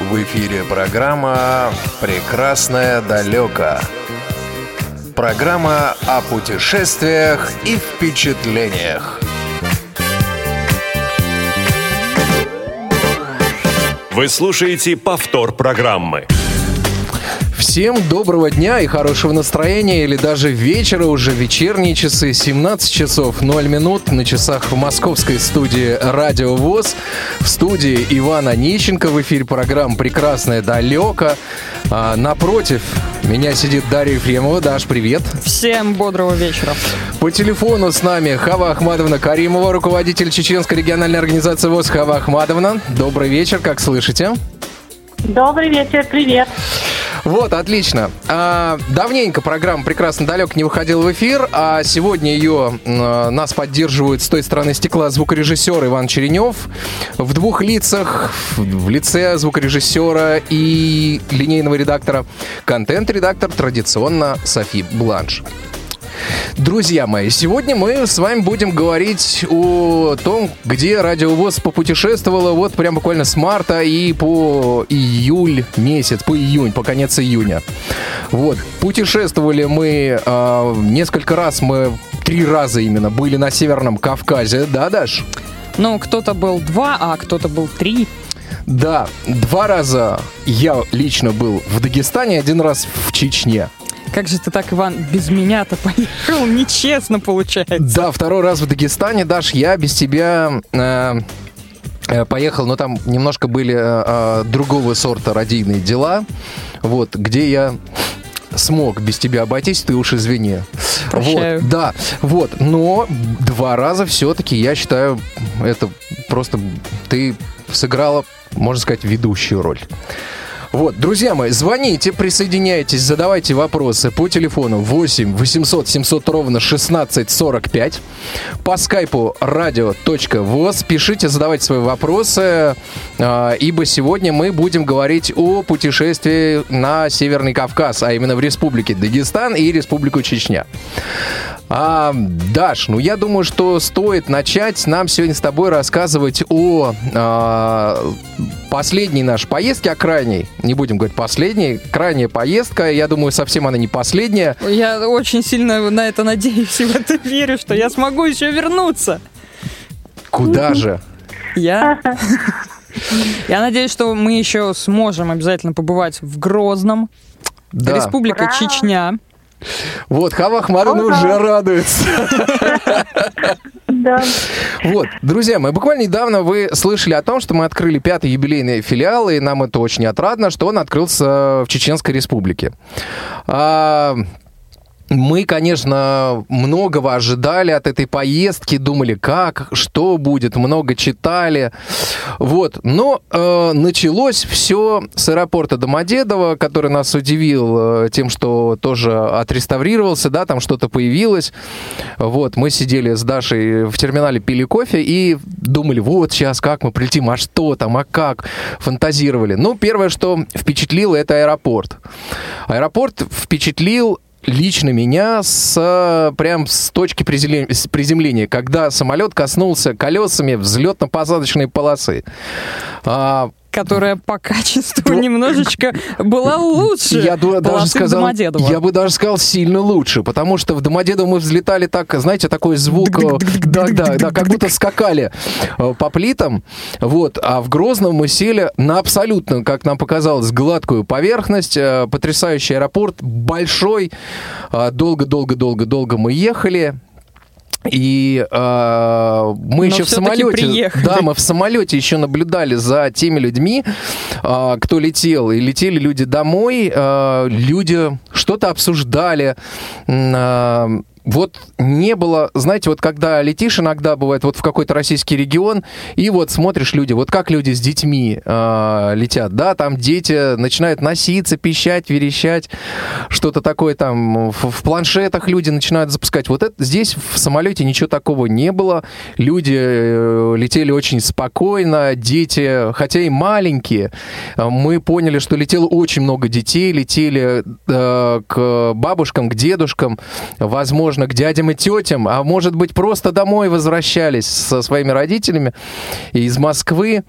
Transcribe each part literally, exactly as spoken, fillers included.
В эфире программа «Прекрасное далеко». Программа о путешествиях и впечатлениях. Вы слушаете повтор программы. Всем доброго дня и хорошего настроения, или даже вечера, уже вечерние часы, семнадцать часов ноль минут на часах в московской студии Радио ВОС. В студии Иван Онищенко, в эфире программа «Прекрасное далеко». А, напротив меня сидит Дарья Ефремова. Даш, привет. Всем бодрого вечера. По телефону с нами Хава Ахмадовна Каримова, руководитель Чеченской региональной организации ВОС. Хава Ахмадовна, добрый вечер, как слышите? Добрый вечер, привет. Вот, отлично. А, давненько программа «Прекрасно далек» не выходила в эфир, а сегодня ее а, нас поддерживают с той стороны стекла звукорежиссер Иван Черенев в двух лицах, в лице звукорежиссера и линейного редактора, контент-редактор традиционно Софи Бланш. Друзья мои, сегодня мы с вами будем говорить о том, где Радио ВОС попутешествовало вот прям буквально с марта и по июль месяц, по июнь, по конец июня. Вот, путешествовали мы э, несколько раз, мы три раза именно были на Северном Кавказе, да, Даш? Ну, кто-то был два, а кто-то был три. Да, два раза я лично был в Дагестане, один раз в Чечне. Как же ты так, Иван, без меня-то поехал? Нечестно получается. Да, второй раз в Дагестане, Даш, я без тебя э, э, поехал, но там немножко были э, другого сорта радийные дела, вот, где я смог без тебя обойтись, ты уж извини. Прощаю. Вот, да, вот, но два раза все-таки, я считаю, это просто ты сыграла, можно сказать, ведущую роль. Вот, друзья мои, звоните, присоединяйтесь, задавайте вопросы по телефону восемь восемьсот семьсот ровно шестнадцать сорок пять, по скайпу radio.voz, пишите, задавайте свои вопросы, э, ибо сегодня мы будем говорить о путешествии на Северный Кавказ, а именно в Республике Дагестан и Республику Чечня. А, Даш, ну я думаю, что стоит начать нам сегодня с тобой рассказывать о а, последней нашей поездке, о крайней, не будем говорить последней, крайняя поездка, я думаю, совсем она не последняя. Я очень сильно на это надеюсь и в это верю, что я смогу еще вернуться. Куда же? Я? Я надеюсь, что мы еще сможем обязательно побывать в Грозном, Да. Республика Ура! Чечня. Вот, Хава Ахмадовна уже радуется. Да. Вот, друзья мои, буквально недавно вы слышали о том, что мы открыли пятый юбилейный филиал, и нам это очень отрадно, что он открылся в Чеченской Республике. А... Мы, конечно, многого ожидали от этой поездки, думали, как, что будет, много читали, вот. Но э, началось все с аэропорта Домодедово, который нас удивил э, тем, что тоже отреставрировался, да, там что-то появилось. Вот, мы сидели с Дашей в терминале, пили кофе и думали, вот сейчас как мы прилетим, а что там, а как, фантазировали. Ну, первое, что впечатлило, это аэропорт. Аэропорт впечатлил лично меня с, прям с точки приземления, когда самолет коснулся колесами взлетно-посадочной полосы. А, Которая по качеству немножечко была лучше я ду- даже сказал, Домодедово. я бы даже сказал, сильно лучше, потому что в Домодедово мы взлетали так, знаете, такой звук, да, да, да, как будто скакали по плитам, вот, а в Грозном мы сели на абсолютно, как нам показалось, гладкую поверхность, потрясающий аэропорт, большой, долго-долго-долго-долго мы ехали. И э, мы Но еще в самолете, да, мы в самолете еще наблюдали за теми людьми, э, кто летел, и летели люди домой, э, люди что-то обсуждали. Э, вот не было, знаете, вот когда летишь иногда, бывает, вот в какой-то российский регион, и вот смотришь люди, вот как люди с детьми э, летят, да, там дети начинают носиться, пищать, верещать, что-то такое там, в, в планшетах люди начинают запускать. Вот это здесь в самолете ничего такого не было, люди э, летели очень спокойно, дети, хотя и маленькие, э, мы поняли, что летело очень много детей, летели э, к бабушкам, к дедушкам, возможно, возможно, к дядям и тетям, а может быть, просто домой возвращались со своими родителями из Москвы.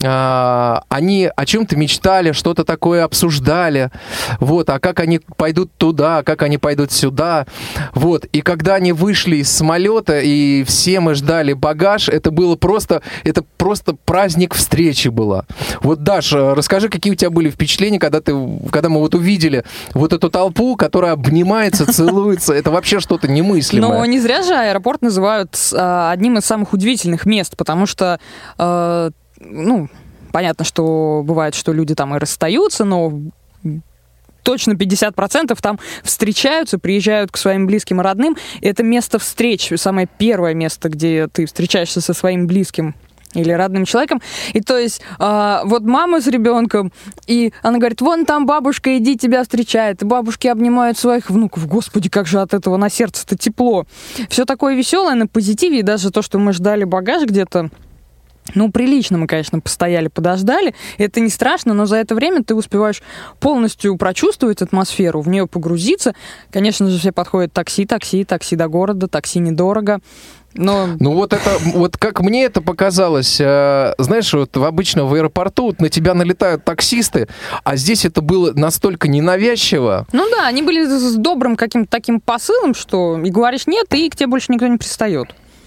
Они о чем-то мечтали, что-то такое обсуждали. Вот, а как они пойдут туда, как они пойдут сюда. Вот, и когда они вышли из самолета, и все мы ждали багаж, это было просто, это просто праздник встречи была. Вот, Даша, расскажи, какие у тебя были впечатления, когда ты, когда мы вот увидели вот эту толпу, которая обнимается, целуется. Это вообще что-то немыслимое. Но не зря же аэропорт называют а, одним из самых удивительных мест, потому что, а, ну, понятно, что бывает, что люди там и расстаются, но точно пятьдесят процентов там встречаются, приезжают к своим близким и родным. Это место встреч, самое первое место, где ты встречаешься со своим близким или родным человеком. И то есть э, вот мама с ребенком, и она говорит, вон там бабушка, иди, тебя встречает. И бабушки обнимают своих внуков. Господи, как же от этого на сердце-то тепло. Все такое веселое, на позитиве. И даже то, что мы ждали багаж где-то, ну, прилично мы, конечно, постояли, подождали. Это не страшно, но за это время ты успеваешь полностью прочувствовать атмосферу, в нее погрузиться. Конечно же, все подходят такси, такси, такси до города, такси недорого. Но... Ну вот это, вот как мне это показалось, э, знаешь, вот обычно в аэропорту вот на тебя налетают таксисты, а здесь это было настолько ненавязчиво. Ну да, они были с добрым каким-то таким посылом, что и говоришь нет, и к тебе больше никто не пристает.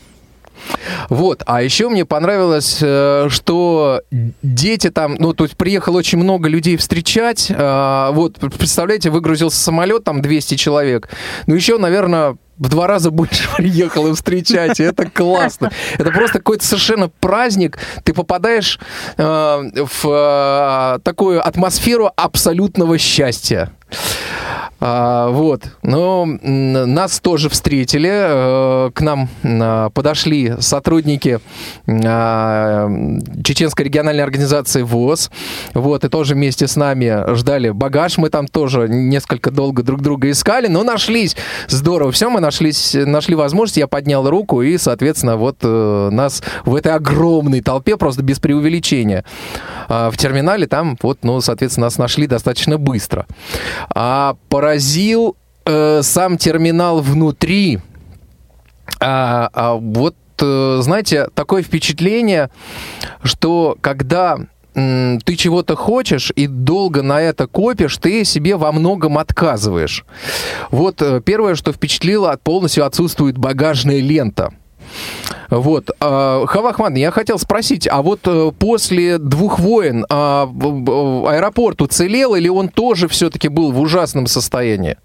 Вот, а еще мне понравилось, что дети там, ну, то есть приехало очень много людей встречать, вот, представляете, выгрузился самолет, там двести человек, ну, еще, наверное, в два раза больше приехало встречать, и это классно. Это просто какой-то совершенно праздник, ты попадаешь в такую атмосферу абсолютного счастья. А, вот, но нас тоже встретили, к нам подошли сотрудники Чеченской региональной организации ВОС, вот, и тоже вместе с нами ждали багаж, мы там тоже несколько долго друг друга искали, но нашлись, здорово, все, мы нашлись, нашли возможность, я поднял руку, и, соответственно, вот нас в этой огромной толпе, просто без преувеличения, в терминале там, вот, ну, соответственно, нас нашли достаточно быстро. А поразил э, сам терминал внутри. А, а вот, э, знаете, такое впечатление, что когда м, ты чего-то хочешь и долго на это копишь, ты себе во многом отказываешь. Вот э, первое, что впечатлило, полностью отсутствует багажная лента. Вот. Хава Ахмадовна, я хотел спросить, а вот после двух войн аэропорт уцелел или он тоже все-таки был в ужасном состоянии?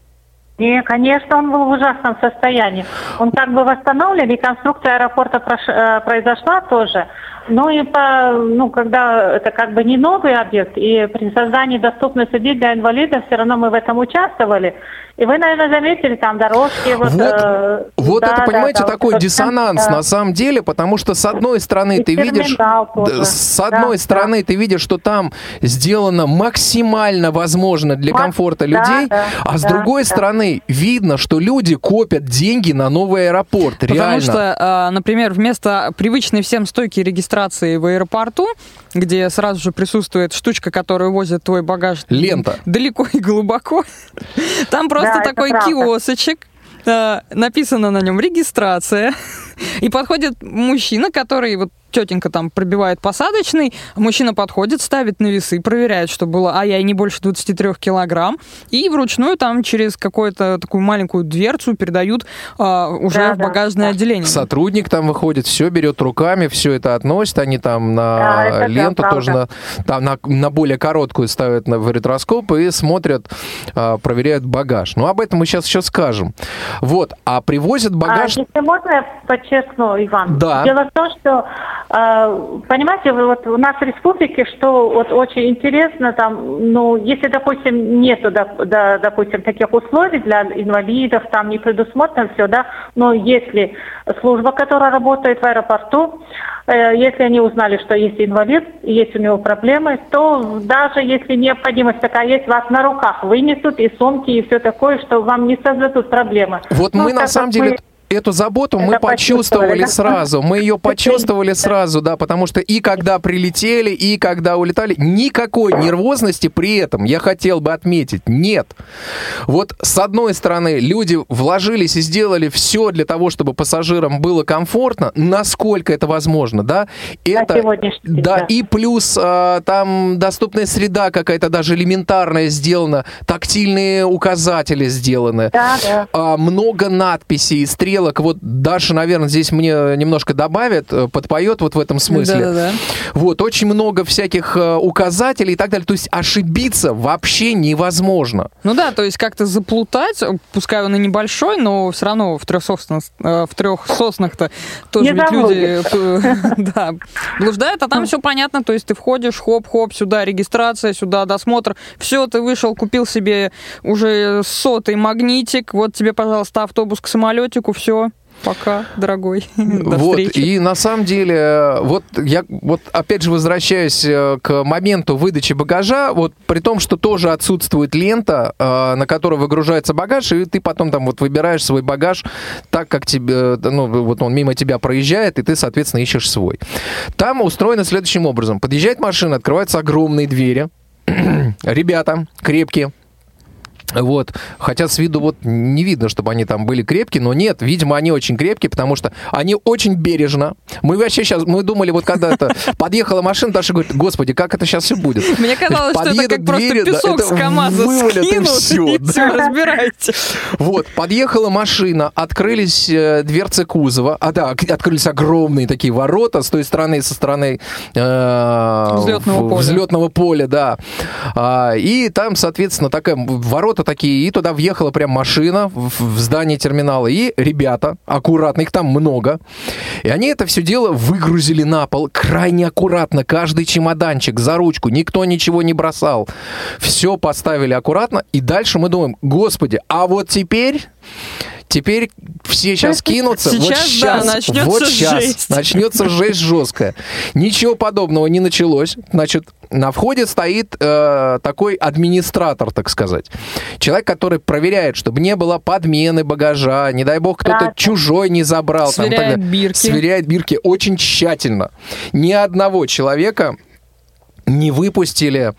Не, конечно, он был в ужасном состоянии. Он как бы восстановлен, реконструкция аэропорта произошла тоже. Ну и по, ну, когда это как бы не новый объект, и при создании доступной среды для инвалидов все равно мы в этом участвовали. И вы, наверное, заметили, там дорожки. Вот, вот, э, вот да, это, понимаете, да, такой вот, диссонанс да. на самом деле, потому что с одной стороны и ты видишь, тоже. с одной да, стороны да. ты видишь, что там сделано максимально возможно для комфорта да, людей, да, а с да, другой да. стороны видно, что люди копят деньги на новый аэропорт. Потому реально. что, например, вместо привычной всем стойки регистрации в аэропорту, где сразу же присутствует штучка, которая возит твой багаж лента далеко и глубоко, там просто да, такой киосочек, э, написано на нем регистрация, и подходит мужчина, который вот тетенька там пробивает посадочный, мужчина подходит, ставит на весы, проверяет, что было, а я не больше двадцати трёх килограмм, и вручную там через какую-то такую маленькую дверцу передают а, уже да, в багажное да. отделение. Сотрудник там выходит, все берет руками, все это относит, они там на да, ленту да, тоже на, там, на, на более короткую ставят на, в ретроскоп и смотрят, а, проверяют багаж. Ну, об этом мы сейчас еще скажем. Вот, а привозят багаж... А, если можно, я подчеркну, Иван. Да. Дело в том, что понимаете, вот у нас в республике, что вот очень интересно, там, ну, если, допустим, нету, да, допустим, таких условий для инвалидов, там не предусмотрено все, да, но если служба, которая работает в аэропорту, э, если они узнали, что есть инвалид, есть у него проблемы, то даже если необходимость такая есть, вас на руках вынесут и сумки, и все такое, что вам не создадут проблемы. Вот ну, мы на самом деле... эту заботу Это мы почувствовали почувствовали, да? сразу. Мы ее почувствовали сразу, да, потому что и когда прилетели, и когда улетали, никакой нервозности при этом, я хотел бы отметить, нет. Вот с одной стороны, люди вложились и сделали все для того, чтобы пассажирам было комфортно, насколько это возможно, да. Это, сегодняшний, да, да. и плюс а, там доступная среда какая-то даже элементарная сделана, тактильные указатели сделаны, Да, да. а, много надписей, стрелок. Вот Даша, наверное, здесь мне немножко добавит, подпоет вот в этом смысле. Да-да-да. Вот, очень много всяких а, указателей и так далее. То есть ошибиться вообще невозможно. Ну да, то есть как-то заплутать, пускай он и небольшой, но все равно в трех соснах, в трех соснах-то тоже Не ведь люди заблудишься. да, блуждают, а там все понятно, то есть ты входишь, хоп-хоп, сюда регистрация, сюда досмотр, все, ты вышел, купил себе уже сотый магнитик, вот тебе, пожалуйста, автобус к самолетику, все. Пока, дорогой. До Вот, встречи. и на самом деле, вот я вот опять же возвращаюсь к моменту выдачи багажа, вот при том, что тоже отсутствует лента, на которой выгружается багаж, и ты потом там вот выбираешь свой багаж так, как тебе, ну, вот он мимо тебя проезжает, и ты, соответственно, ищешь свой. Там устроено следующим образом. Подъезжает машина, открываются огромные двери, ребята крепкие, вот, хотя с виду вот не видно, чтобы они там были крепкие, но нет, видимо, они очень крепкие, потому что они очень бережно. Мы вообще сейчас, мы думали, вот когда это подъехала машина, Даша говорит, господи, как это сейчас все будет? Мне казалось, что это как просто двери, песок да, с КамАЗа вывалят, и скинут, все, и да. все, разбирайте. Вот, подъехала машина, открылись э, дверцы кузова, а да, открылись огромные такие ворота с той стороны и со стороны э, Взлетного в- поля. взлетного поля, да. А, и там, соответственно, такая ворота такие, и туда въехала прям машина в, в здание терминала, и ребята, аккуратно, их там много, и они это все дело выгрузили на пол крайне аккуратно, каждый чемоданчик за ручку, никто ничего не бросал, все поставили аккуратно, и дальше мы думаем, господи, а вот теперь... Теперь все сейчас кинутся. Сейчас, вот да, сейчас, начнется вот сейчас жесть. начнется жесть жесткая. Ничего подобного не началось. Значит, на входе стоит э, такой администратор, так сказать. Человек, который проверяет, чтобы не было подмены багажа, не дай бог кто-то Да. чужой не забрал. там, и так Сверяет далее. бирки. Сверяет бирки очень тщательно. Ни одного человека не выпустили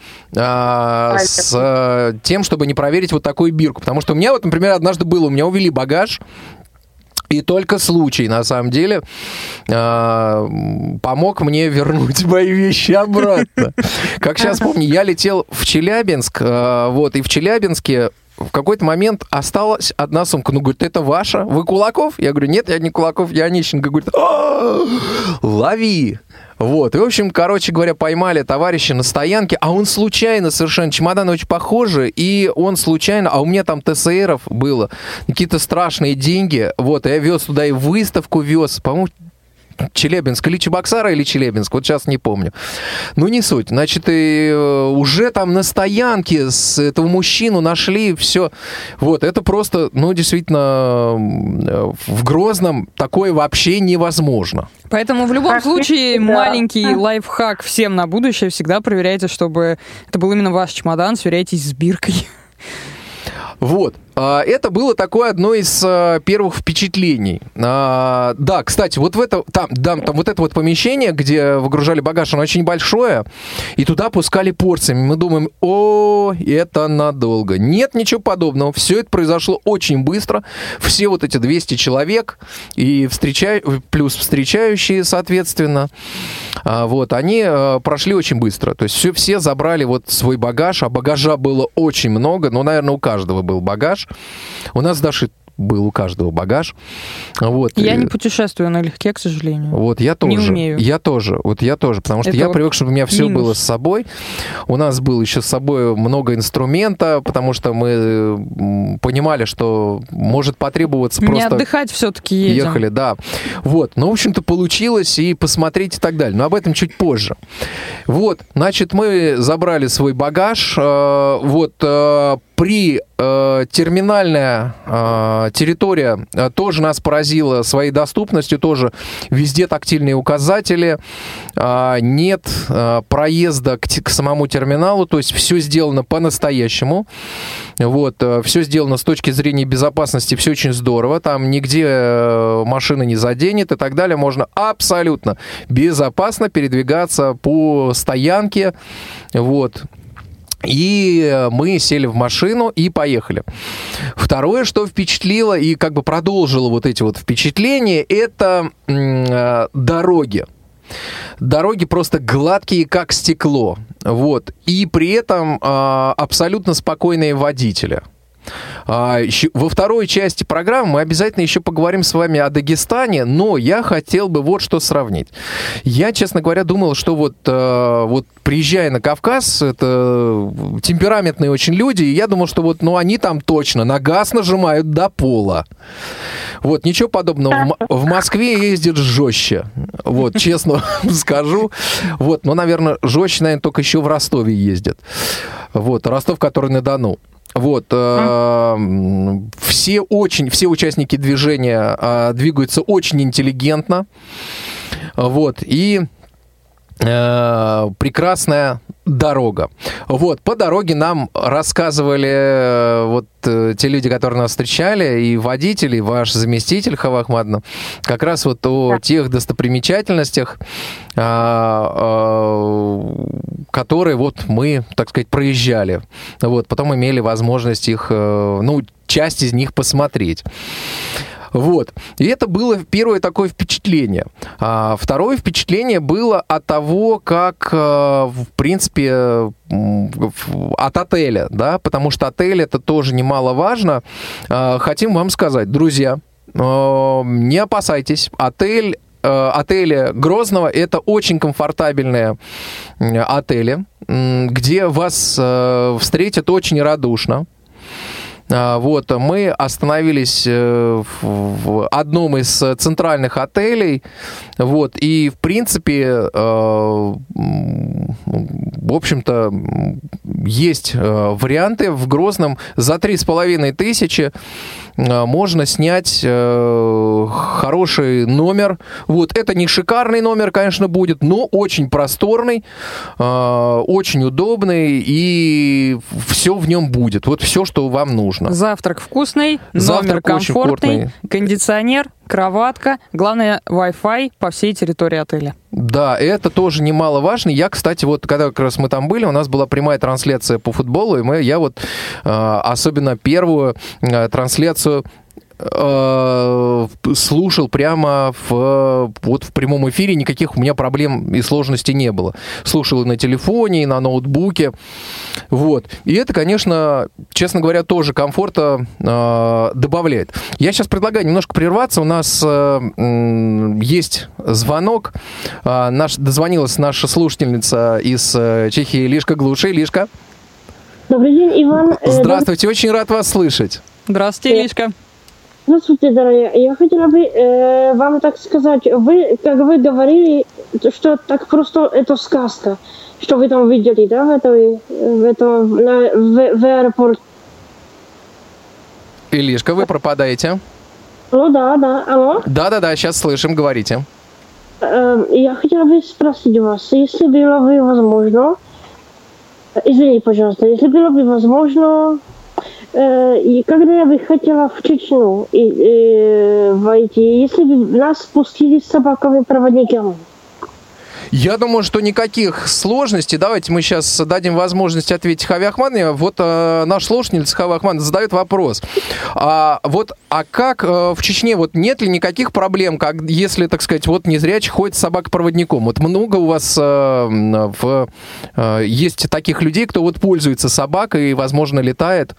а, с а, тем, чтобы не проверить вот такую бирку. Потому что у меня вот, например, однажды было, у меня увели багаж, и только случай, на самом деле, а, помог мне вернуть мои вещи обратно. Как сейчас помню, я летел в Челябинск, а, вот, и в Челябинске в какой-то момент осталась одна сумка. Ну, говорит, это ваша? Вы Кулаков? Я говорю, нет, я не Кулаков, я Онищенко. Говорит, «А, лови! Вот, и, в общем, короче говоря, поймали товарища на стоянке, а он случайно совершенно, чемоданы очень похожи, и он случайно, а у меня там ТСРов было, какие-то страшные деньги, вот, и я вез туда и выставку вез, по-моему, Челябинск или Чебоксары, или Челябинск, вот сейчас не помню. Ну, не суть. Значит, и э, уже там на стоянке с этого мужчину нашли, все. Вот, это просто, ну, действительно, э, в Грозном такое вообще невозможно. Поэтому в любом Практически, случае да. маленький лайфхак всем на будущее. Всегда проверяйте, чтобы это был именно ваш чемодан, сверяйтесь с биркой. Вот. А, Это было такое одно из а, первых впечатлений. А, Да, кстати, вот в это, там, да, там вот это вот помещение, где выгружали багаж, оно очень большое, и туда пускали порциями. Мы думаем, о, это надолго. Нет ничего подобного. Все это произошло очень быстро. Все вот эти двести человек, и встреча... плюс встречающие, соответственно, а, вот, они а, прошли очень быстро. То есть все, все забрали вот свой багаж, а багажа было очень много, ну, наверное, у каждого был багаж. У нас даже был у каждого багаж. Вот. Я И- не путешествую налегке, к сожалению. Вот, я тоже. Не умею. Я тоже. Вот я тоже. Потому что Это я вот привык, чтобы у меня все минус. было с собой. У нас было еще с собой много инструмента, потому что мы м, понимали, что может потребоваться Не просто... отдыхать все-таки едем. Ехали, да. Вот. Ну, в общем-то, получилось, и посмотреть и так далее. Но об этом чуть позже. Вот. Значит, мы забрали свой багаж. э, Вот. э, при э, терминальная э, территория э, тоже нас поразила своей доступностью, тоже везде тактильные указатели, э, нет э, проезда к, к самому терминалу, то есть все сделано по-настоящему. Вот, э, все сделано с точки зрения безопасности, все очень здорово, там нигде э, машина не заденет и так далее, можно абсолютно безопасно передвигаться по стоянке, вот. И мы сели в машину и поехали. Второе, что впечатлило и как бы продолжило вот эти вот впечатления, это э, дороги. Дороги просто гладкие, как стекло. Вот. И при этом э, абсолютно спокойные водители. А, еще, во второй части программы мы обязательно еще поговорим с вами о Дагестане, но я хотел бы вот что сравнить. Я, честно говоря, думал, что вот, э, вот приезжая на Кавказ, это темпераментные очень люди, и я думал, что вот, ну, они там точно на газ нажимают до пола. Вот, ничего подобного. В, в Москве ездят жестче. Вот, честно скажу. Вот, но, наверное, жестче, наверное, только еще в Ростове ездят. Вот, Ростов, который на Дону. Вот, э, все очень, все участники движения э, двигаются очень интеллигентно, вот, и э, прекрасная дорога. Вот, по дороге нам рассказывали э, вот э, те люди, которые нас встречали, и водитель, и ваш заместитель Хава Ахмадовна, как раз вот о тех достопримечательностях, э, э, которые вот мы, так сказать, проезжали. Вот, потом имели возможность их, э, ну, часть из них посмотреть. Вот. И это было первое такое впечатление. А второе впечатление было от того, как, в принципе, от отеля, да, потому что отель — это тоже немаловажно. Хотим вам сказать, друзья, не опасайтесь, отель отели Грозного — это очень комфортабельные отели, где вас встретят очень радушно. Вот, мы остановились в одном из центральных отелей, вот, и, в принципе, в общем-то, есть варианты в Грозном. За три с половиной тысячи можно снять хороший номер. Вот, это не шикарный номер, конечно, будет, но очень просторный, очень удобный, и все в нем будет. Вот все, что вам нужно. Завтрак вкусный, Завтрак номер комфортный, кондиционер, кроватка, главное, Wi-Fi по всей территории отеля. Да, это тоже немаловажно. Я, кстати, вот когда как раз мы там были, у нас была прямая трансляция по футболу, и мы, я вот э, особенно первую э, трансляцию слушал прямо в, вот в прямом эфире, никаких у меня проблем и сложностей не было. Слушал и на телефоне, и на ноутбуке. Вот. И это, конечно, честно говоря, тоже комфорта э, добавляет. Я сейчас предлагаю немножко прерваться. У нас э, есть звонок. Э, наш, дозвонилась наша слушательница из э, Чехии Лишка Глуши. Лишка. Добрый день, Иван. Здравствуйте, очень рад вас слышать. Здравствуйте, Лишка. Здравствуйте, дорогие. Я хотела бы э, вам так сказать, вы, как вы говорили, что так просто это сказка, что вы там видели, да, в этой, в этом, на, в, в аэропорте. Илишка, вы пропадаете? Ну да, да, алло? Да-да-да, сейчас слышим, говорите. Э, я хотела бы спросить вас, если было бы возможно, извините, пожалуйста, если было бы возможно, и когда я бы хотела в Чечню и, и, войти, если бы нас спустили с собаками-проводниками? Я думаю, что никаких сложностей. Давайте мы сейчас дадим возможность ответить Хаве Ахмадовне. Вот э, наш слушательница Хава Ахмадовна задает вопрос. А, вот, а как э, в Чечне, вот нет ли никаких проблем, как если, так сказать, вот незрячий ходит с собакой-проводником? Вот много у вас э, в, э, есть таких людей, кто вот пользуется собакой и, возможно, летает?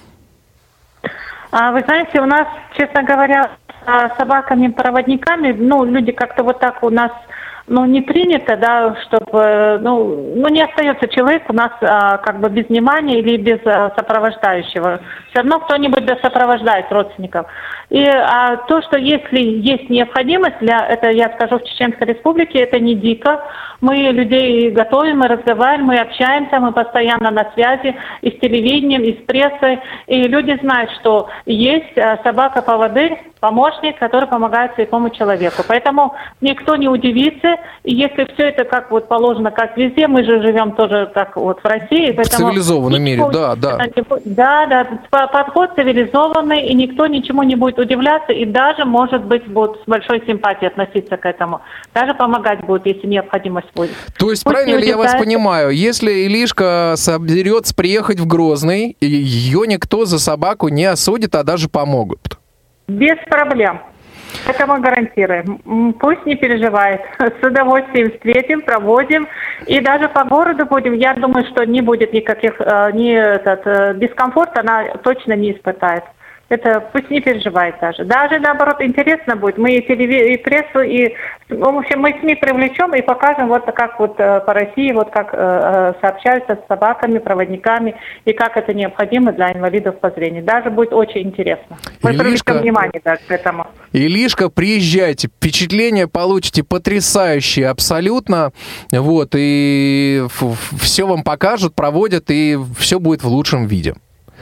Вы знаете, у нас, честно говоря, с собаками-проводниками, ну, люди как-то вот так у нас ну, не принято, да, чтобы, ну, ну, не остается человек у нас а, как бы без внимания или без а, сопровождающего. Все равно кто-нибудь да сопровождает родственников. И а, то, что если есть необходимость, для, это я скажу в Чеченской Республике, это не дико. Мы людей готовим, мы разговариваем, мы общаемся, мы постоянно на связи и с телевидением, и с прессой. И люди знают, что есть а, собака-поводырь, помощник, который помогает слепому человеку. Поэтому никто не удивится. И если все это как вот положено, как везде, мы же живем тоже как вот в России. В цивилизованном мире, да, да. Да, да, подход цивилизованный, и никто ничему не будет удивляться, и даже, может быть, будут с большой симпатией относиться к этому. Даже помогать будут, если необходимость будет. То есть, Пусть правильно ли я вас удивляется. понимаю, если Илишка соберется приехать в Грозный, ее никто за собаку не осудит, а даже помогут? Без проблем. Это мы гарантируем. М, Пусть не переживает. С удовольствием встретим, проводим. И даже по городу будем. Я думаю, что не будет никаких э, ни этот, э, дискомфорта, она точно не испытает. Это пусть не переживает даже. Даже наоборот интересно будет. Мы и, телеви- и прессу, и в общем мы СМИ привлечем и покажем вот как вот э, по России, вот как э, сообщаются с собаками, проводниками и как это необходимо для инвалидов по зрению. Даже будет очень интересно. Мы Илишка, привлечем внимание даже к этому. Илишка, приезжайте, впечатления получите потрясающие абсолютно, вот, и все вам покажут, проводят, и все будет в лучшем виде.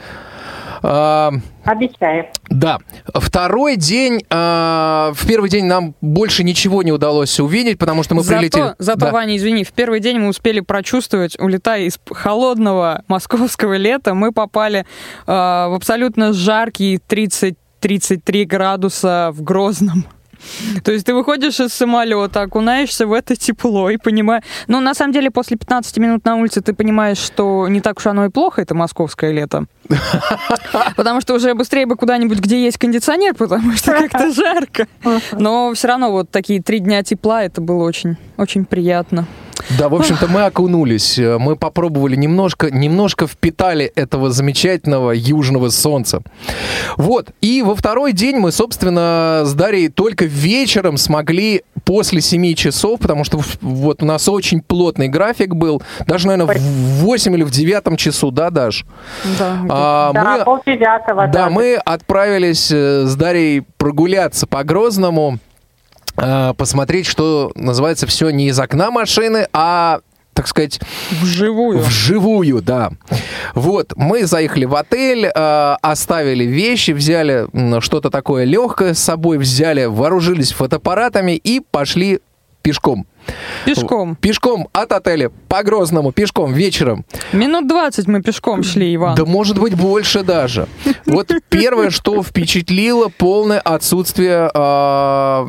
А, Обещаю. да. Второй день, а, в первый день нам больше ничего не удалось увидеть, потому что мы зато, прилетели... Зато, да. Ваня, извини, в первый день мы успели прочувствовать, улетая из холодного московского лета, мы попали э, в абсолютно жаркие тридцать-тридцать три градуса в Грозном. То есть ты выходишь из самолета, окунаешься в это тепло и понимаешь... Ну, на самом деле, после пятнадцати минут на улице ты понимаешь, что не так уж оно и плохо, это московское лето. Потому что уже быстрее бы куда-нибудь, где есть кондиционер, потому что как-то жарко. Но все равно вот такие три дня тепла, это было очень, очень приятно. Да, в общем-то, мы окунулись, мы попробовали немножко, немножко впитали этого замечательного южного солнца. Вот, и во второй день мы, собственно, с Дарьей только вечером смогли после семи часов, потому что вот у нас очень плотный график был, даже, наверное, в восемь или в девятом часу, да, Даш? Да, А, Да, мы, полдевятого. да, мы отправились с Дарьей прогуляться по Грозному, посмотреть, что называется, все не из окна машины, а, так сказать... Вживую. Вживую, да. Вот, мы заехали в отель, э, оставили вещи, взяли что-то такое легкое с собой, взяли, вооружились фотоаппаратами и пошли пешком. Пешком. Пешком от отеля по Грозному, пешком вечером. Минут двадцать мы пешком шли, Иван. Да, может быть, больше даже. Вот первое, что впечатлило, полное отсутствие э,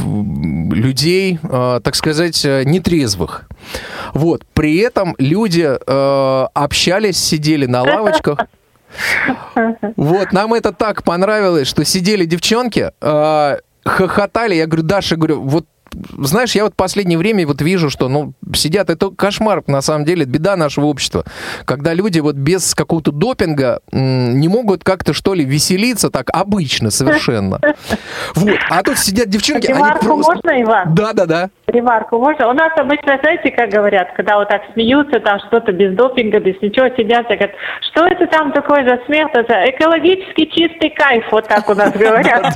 людей, э, так сказать, нетрезвых. Вот. При этом люди э, общались, сидели на лавочках. Вот. Нам это так понравилось, что сидели девчонки, э, хохотали. Я говорю, Даша, говорю, вот знаешь, я вот в последнее время вот вижу, что, ну, сидят, это кошмар, на самом деле, беда нашего общества, когда люди вот без какого-то допинга м, не могут как-то, что ли, веселиться так обычно совершенно. Вот, а тут сидят девчонки, они Ремарку просто... можно, Иван? Да-да-да. Ремарку можно? У нас обычно, знаете, как говорят, когда вот так смеются, там что-то без допинга, без ничего, сидят, и говорят, что это там такое за смех, это экологически чистый кайф, вот так у нас говорят.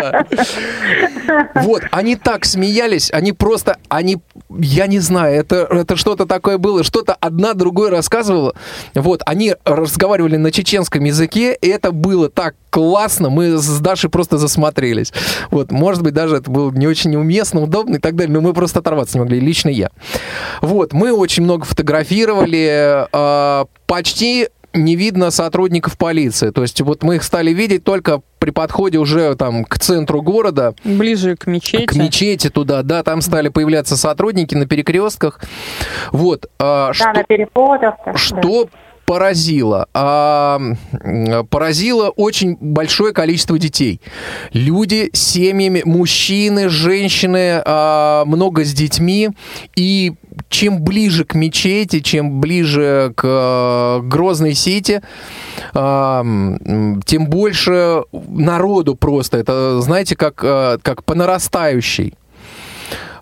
Вот, они так смеялись, они просто, они, я не знаю, это, это что-то такое было, что-то одна другой рассказывала. Вот, они разговаривали на чеченском языке, и это было так классно, мы с Дашей просто засмотрелись. Вот, может быть, даже это было не очень уместно, удобно и так далее, но мы просто оторваться не могли, лично я. Вот, мы очень много фотографировали, э, почти не видно сотрудников полиции. То есть вот мы их стали видеть только при подходе уже там к центру города. Ближе к мечети. К мечети туда, да, там стали появляться сотрудники на перекрестках. Вот. А, Да, что, на переходах. что да. поразило? А, поразило очень большое количество детей. Люди с семьями, мужчины, женщины, а, много с детьми. И чем ближе к мечети, чем ближе к э, Грозной Сити, э, тем больше народу просто. Это, знаете, как, э, как по нарастающей.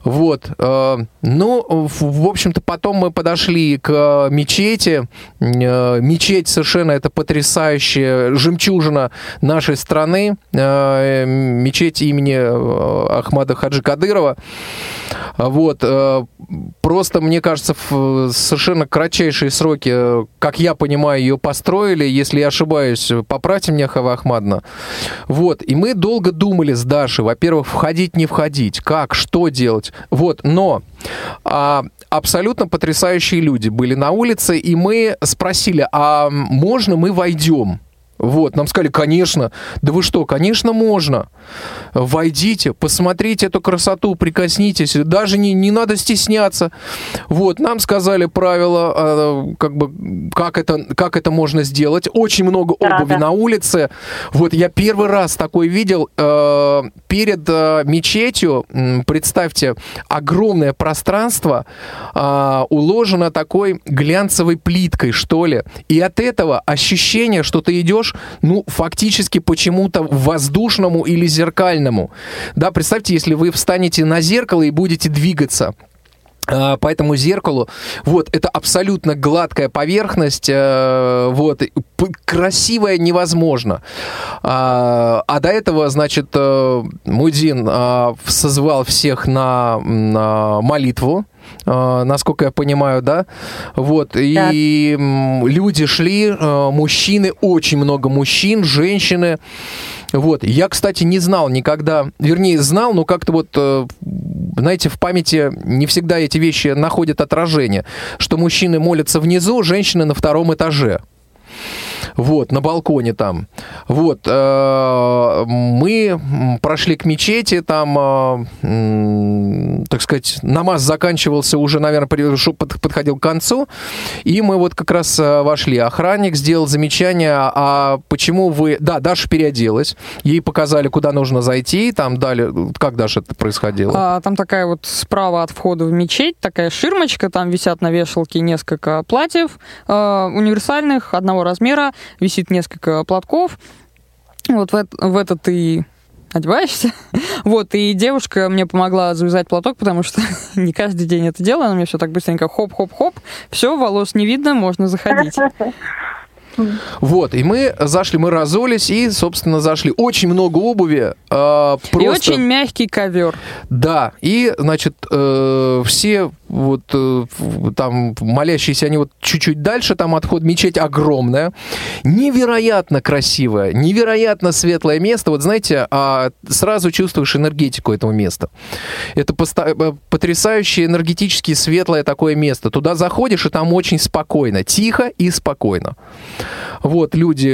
Вот. Ну, в общем-то, потом мы подошли к мечети. Мечеть совершенно это потрясающая жемчужина нашей страны. Мечеть имени Ахмада Хаджи Кадырова. Вот. Просто, мне кажется, в совершенно кратчайшие сроки, как я понимаю, ее построили. Если я ошибаюсь, поправьте меня, Хава Ахмадовна. Вот. И мы долго думали с Дашей, во-первых, входить, не входить, как, что делать. Вот. Но а, абсолютно потрясающие люди были на улице, и мы спросили, а можно мы войдем? Вот, нам сказали, конечно. Да вы что, конечно, можно. Войдите, посмотрите эту красоту, прикоснитесь. Даже не, не надо стесняться. Вот, нам сказали правила, как бы, как это, как это можно сделать. Очень много обуви да, да. на улице. Вот, я первый раз такой видел. Перед мечетью, представьте, огромное пространство уложено такой глянцевой плиткой, что ли. И от этого ощущение, что ты идешь, ну, фактически почему-то воздушному или зеркальному. Да, представьте, если вы встанете на зеркало и будете двигаться по этому зеркалу, вот, это абсолютно гладкая поверхность, вот, красивая невозможно. А до этого, значит, муэдзин созывал всех на, на молитву, насколько я понимаю, да, вот, и да. люди шли, мужчины, очень много мужчин, женщины, вот, я, кстати, не знал никогда, вернее, знал, но как-то вот, знаете, в памяти не всегда эти вещи находят отражение, что мужчины молятся внизу, женщины на втором этаже. Вот, на балконе там. Вот, э, мы прошли к мечети, там, э, так сказать, намаз заканчивался уже, наверное, подходил к концу, и мы вот как раз вошли. Охранник сделал замечание, а почему вы... Да, Даша переоделась, ей показали, куда нужно зайти, там дали... Как, Даша, это происходило? А, там такая вот справа от входа в мечеть, такая ширмочка, там висят на вешалке несколько платьев э, универсальных, одного размера, висит несколько платков. Вот в, это, в это ты одеваешься. Вот, и девушка мне помогла завязать платок, потому что не каждый день это делаю. Она мне все так быстренько хоп-хоп-хоп. Все, волос не видно, можно заходить. Вот, и мы зашли, мы разулись и, собственно, зашли. Очень много обуви. Э, просто... И очень мягкий ковер. Да, и, значит, э, все вот э, там молящиеся, они вот чуть-чуть дальше, там отход, мечеть огромная, невероятно красивая, невероятно светлое место. Вот, знаете, э, сразу чувствуешь энергетику этого места. Это поста- потрясающее энергетически светлое такое место. Туда заходишь, и там очень спокойно, тихо и спокойно. Вот, люди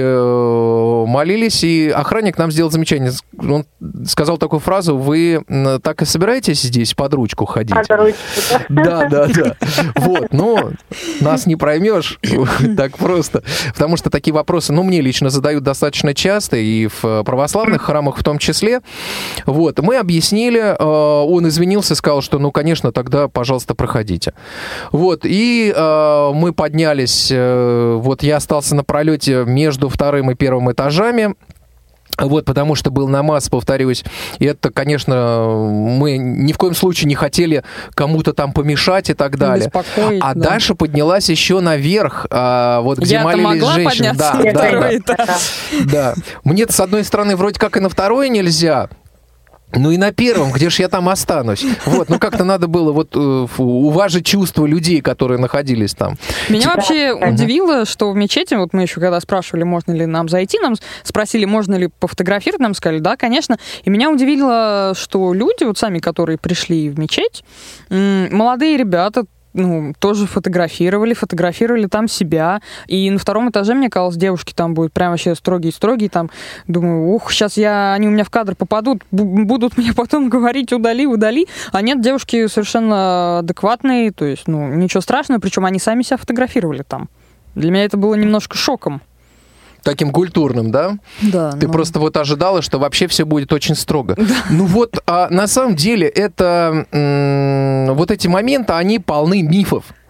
молились, и охранник нам сделал замечание. Он сказал такую фразу: вы так и собираетесь здесь под ручку ходить? Под ручку, да? Да, да, да. Вот, ну, нас не проймешь так просто. Потому что такие вопросы, ну, мне лично задают достаточно часто, и в православных храмах в том числе. Вот, мы объяснили, он извинился, сказал, что, ну, конечно, тогда, пожалуйста, проходите. Вот, и мы поднялись, вот я остался на пролете между вторым и первым этажами. Вот, потому что был намаз, повторюсь, и это, конечно, мы ни в коем случае не хотели кому-то там помешать и так далее. А да. Даша поднялась еще наверх, а, вот где Я-то молились женщины. Да, на да, второй да, этаж. Да. Мне-то, с одной стороны, вроде как и на второй нельзя. Ну и на первом, где же я там останусь? Вот, ну как-то надо было вот э, уважить чувства людей, которые находились там. Меня Типа... вообще uh-huh. удивило, что в мечети, вот мы еще когда спрашивали, можно ли нам зайти, нам спросили, можно ли пофотографировать, нам сказали, да, конечно. И меня удивило, что люди, вот сами, которые пришли в мечеть, м- молодые ребята, ну, тоже фотографировали, фотографировали там себя. И на втором этаже, мне казалось, девушки там будут прям вообще строгие-строгие. Там, думаю, ух, сейчас я, они у меня в кадр попадут, б- будут мне потом говорить, удали, удали. А нет, девушки совершенно адекватные, то есть, ну, ничего страшного. Причем они сами себя фотографировали там. Для меня это было немножко шоком. Таким культурным, да? Да. Ты но... просто вот ожидала, что вообще все будет очень строго. Да. Ну вот, а на самом деле это м- вот эти моменты, они полны мифов.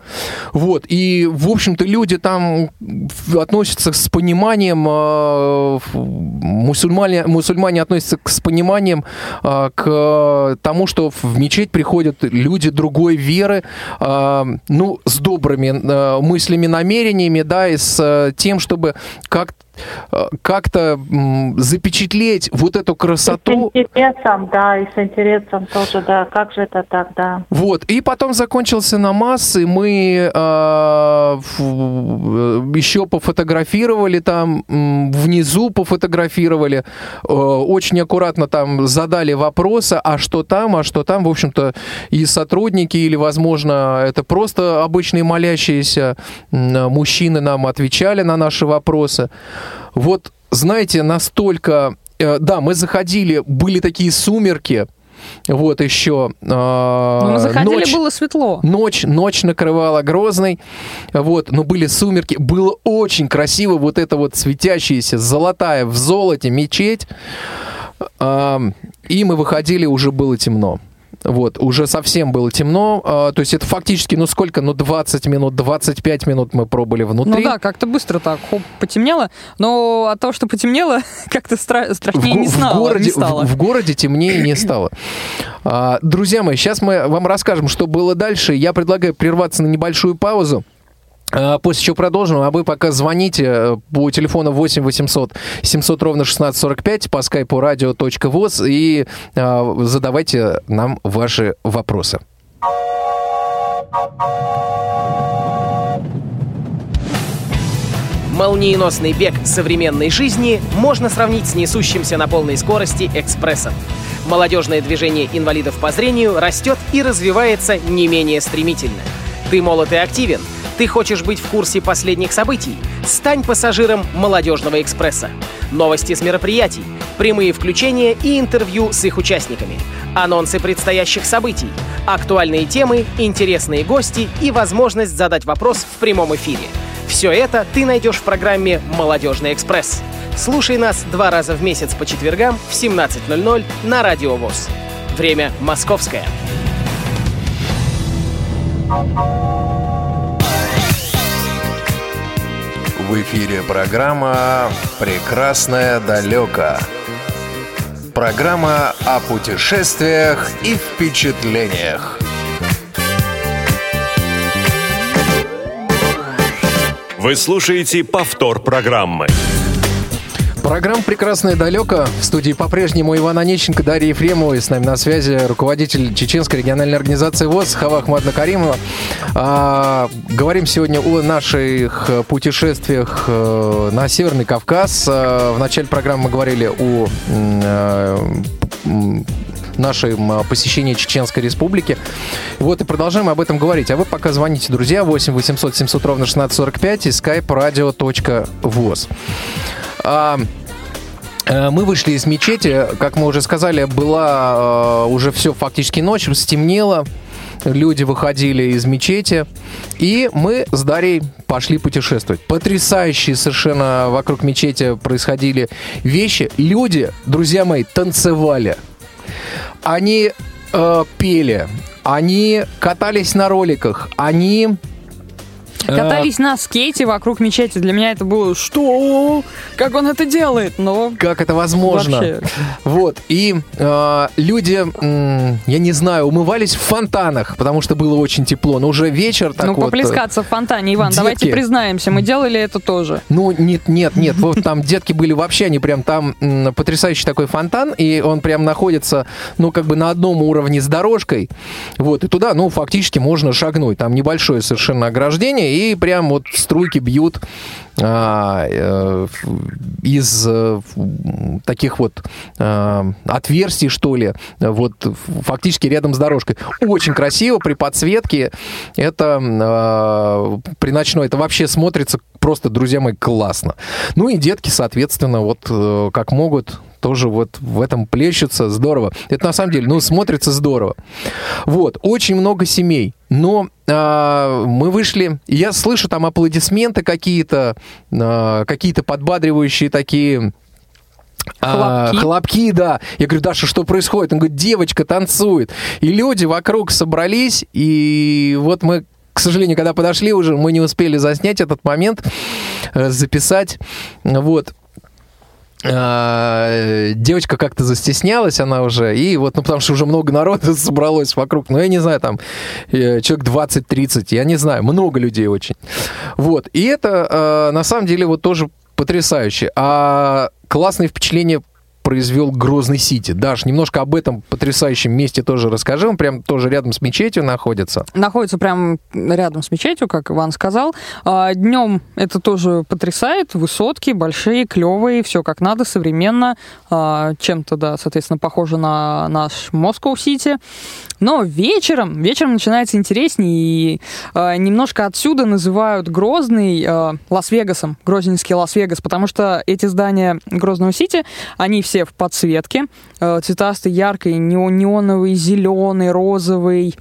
Вот, и, в общем-то, люди там относятся с пониманием, мусульмане, мусульмане относятся с пониманием к тому, что в мечеть приходят люди другой веры, ну, с добрыми мыслями, намерениями, да, и с тем, чтобы как-то как-то запечатлеть вот эту красоту. И с интересом, да, и с интересом тоже, да, как же это так, да. Вот, и потом закончился намаз, и мы э, еще пофотографировали там, внизу пофотографировали, э, очень аккуратно там задали вопросы, а что там, а что там, в общем-то, и сотрудники, или, возможно, это просто обычные молящиеся мужчины нам отвечали на наши вопросы. Вот, знаете, настолько... Э, да, мы заходили, были такие сумерки, вот еще... Э, но мы заходили, ночь, было светло. Ночь, ночь накрывала Грозный, вот, но были сумерки. Было очень красиво, вот эта вот светящаяся, золотая в золоте мечеть. Э, и мы выходили, уже было темно. Вот, уже совсем было темно, а, то есть это фактически, ну сколько, ну двадцать минут, двадцать пять минут мы пробыли внутри. Ну да, как-то быстро так, хоп, потемнело, но от того, что потемнело, как-то стра- страшнее в, не, стало, в, городе, не стало. В, в городе темнее не стало. А, друзья мои, сейчас мы вам расскажем, что было дальше. Я предлагаю прерваться на небольшую паузу. После чего продолжим, а вы пока звоните по телефону восемь восемьсот семьсот ровно шестнадцать сорок пять, по скайпу radio.voz и э, задавайте нам ваши вопросы. Молниеносный бег современной жизни можно сравнить с несущимся на полной скорости экспрессом. Молодежное движение инвалидов по зрению растет и развивается не менее стремительно. Ты молод и активен? Ты хочешь быть в курсе последних событий? Стань пассажиром «Молодежного экспресса». Новости с мероприятий, прямые включения и интервью с их участниками, анонсы предстоящих событий, актуальные темы, интересные гости и возможность задать вопрос в прямом эфире. Все это ты найдешь в программе «Молодежный экспресс». Слушай нас два раза в месяц по четвергам в семнадцать ноль ноль на Радио ВОС. Время московское. В эфире программа «Прекрасное далеко». Программа о путешествиях и впечатлениях. Вы слушаете повтор программы. Программа «Прекрасное далеко». В студии по-прежнему Иван Онищенко, Дарья Ефремова. И с нами на связи руководитель Чеченской региональной организации ВОС Хава Ахмадовна Каримова. А, говорим сегодня о наших путешествиях на Северный Кавказ. А, в начале программы мы говорили о а, нашем посещении Чеченской Республики. Вот и продолжаем об этом говорить. А вы пока звоните, друзья, восемь восемьсот семьсот ровно шестнадцать сорок пять и skype radio.voz. А, мы вышли из мечети, как мы уже сказали, была уже все фактически ночь, стемнело, люди выходили из мечети, и мы с Дарьей пошли путешествовать. Потрясающие совершенно вокруг мечети происходили вещи. Люди, друзья мои, танцевали, они э, пели, они катались на роликах, они... Катались на скейте вокруг мечети. Для меня это было что? Как он это делает? Но как это возможно? Вообще. Вот. И э, люди, э, я не знаю, умывались в фонтанах, потому что было очень тепло. Но уже вечер так ну, вот. Ну, поплескаться в фонтане, Иван, детки. Давайте признаемся, мы делали это тоже. Ну, нет, нет, нет. Вот там детки были вообще, они прям там м, потрясающий такой фонтан, и он прям находится, ну, как бы на одном уровне с дорожкой. Вот. И туда, ну, фактически можно шагнуть. Там небольшое совершенно ограждение, и прям вот струйки бьют а, э, из э, таких вот э, отверстий, что ли, вот фактически рядом с дорожкой. Очень красиво при подсветке. Это э, при ночной это вообще смотрится просто, друзья мои, классно. Ну и детки, соответственно, вот э, как могут, тоже вот в этом плещутся. Здорово. Это на самом деле, ну, смотрится здорово. Вот. Очень много семей. Но э, мы вышли, и я слышу там аплодисменты какие-то, э, какие-то подбадривающие такие... Хлопки. А, хлопки, да. Я говорю, Даша, что происходит? Он говорит, девочка танцует. И люди вокруг собрались, и вот мы к сожалению, когда подошли уже, мы не успели заснять этот момент, записать. Вот. Девочка как-то застеснялась, она уже, и вот, ну, потому что уже много народу собралось вокруг, ну, я не знаю, там, человек двадцать-тридцать, я не знаю, много людей очень. Вот, и это, на самом деле, вот тоже потрясающе. А классное впечатление произвел Грозный Сити. Даш, немножко об этом потрясающем месте тоже расскажи. Он прям тоже рядом с мечетью находится. Находится прям рядом с мечетью, как Иван сказал. Днем это тоже потрясает. Высотки большие, клевые, все как надо, современно. Чем-то, да, соответственно, похоже на наш Москва-Сити. Но вечером, вечером начинается интереснее. И немножко отсюда называют Грозный Лас-Вегасом. Грозненский Лас-Вегас, потому что эти здания Грозного Сити, они все в подсветке, цветастый, яркий, неоновый, зеленый, розовый.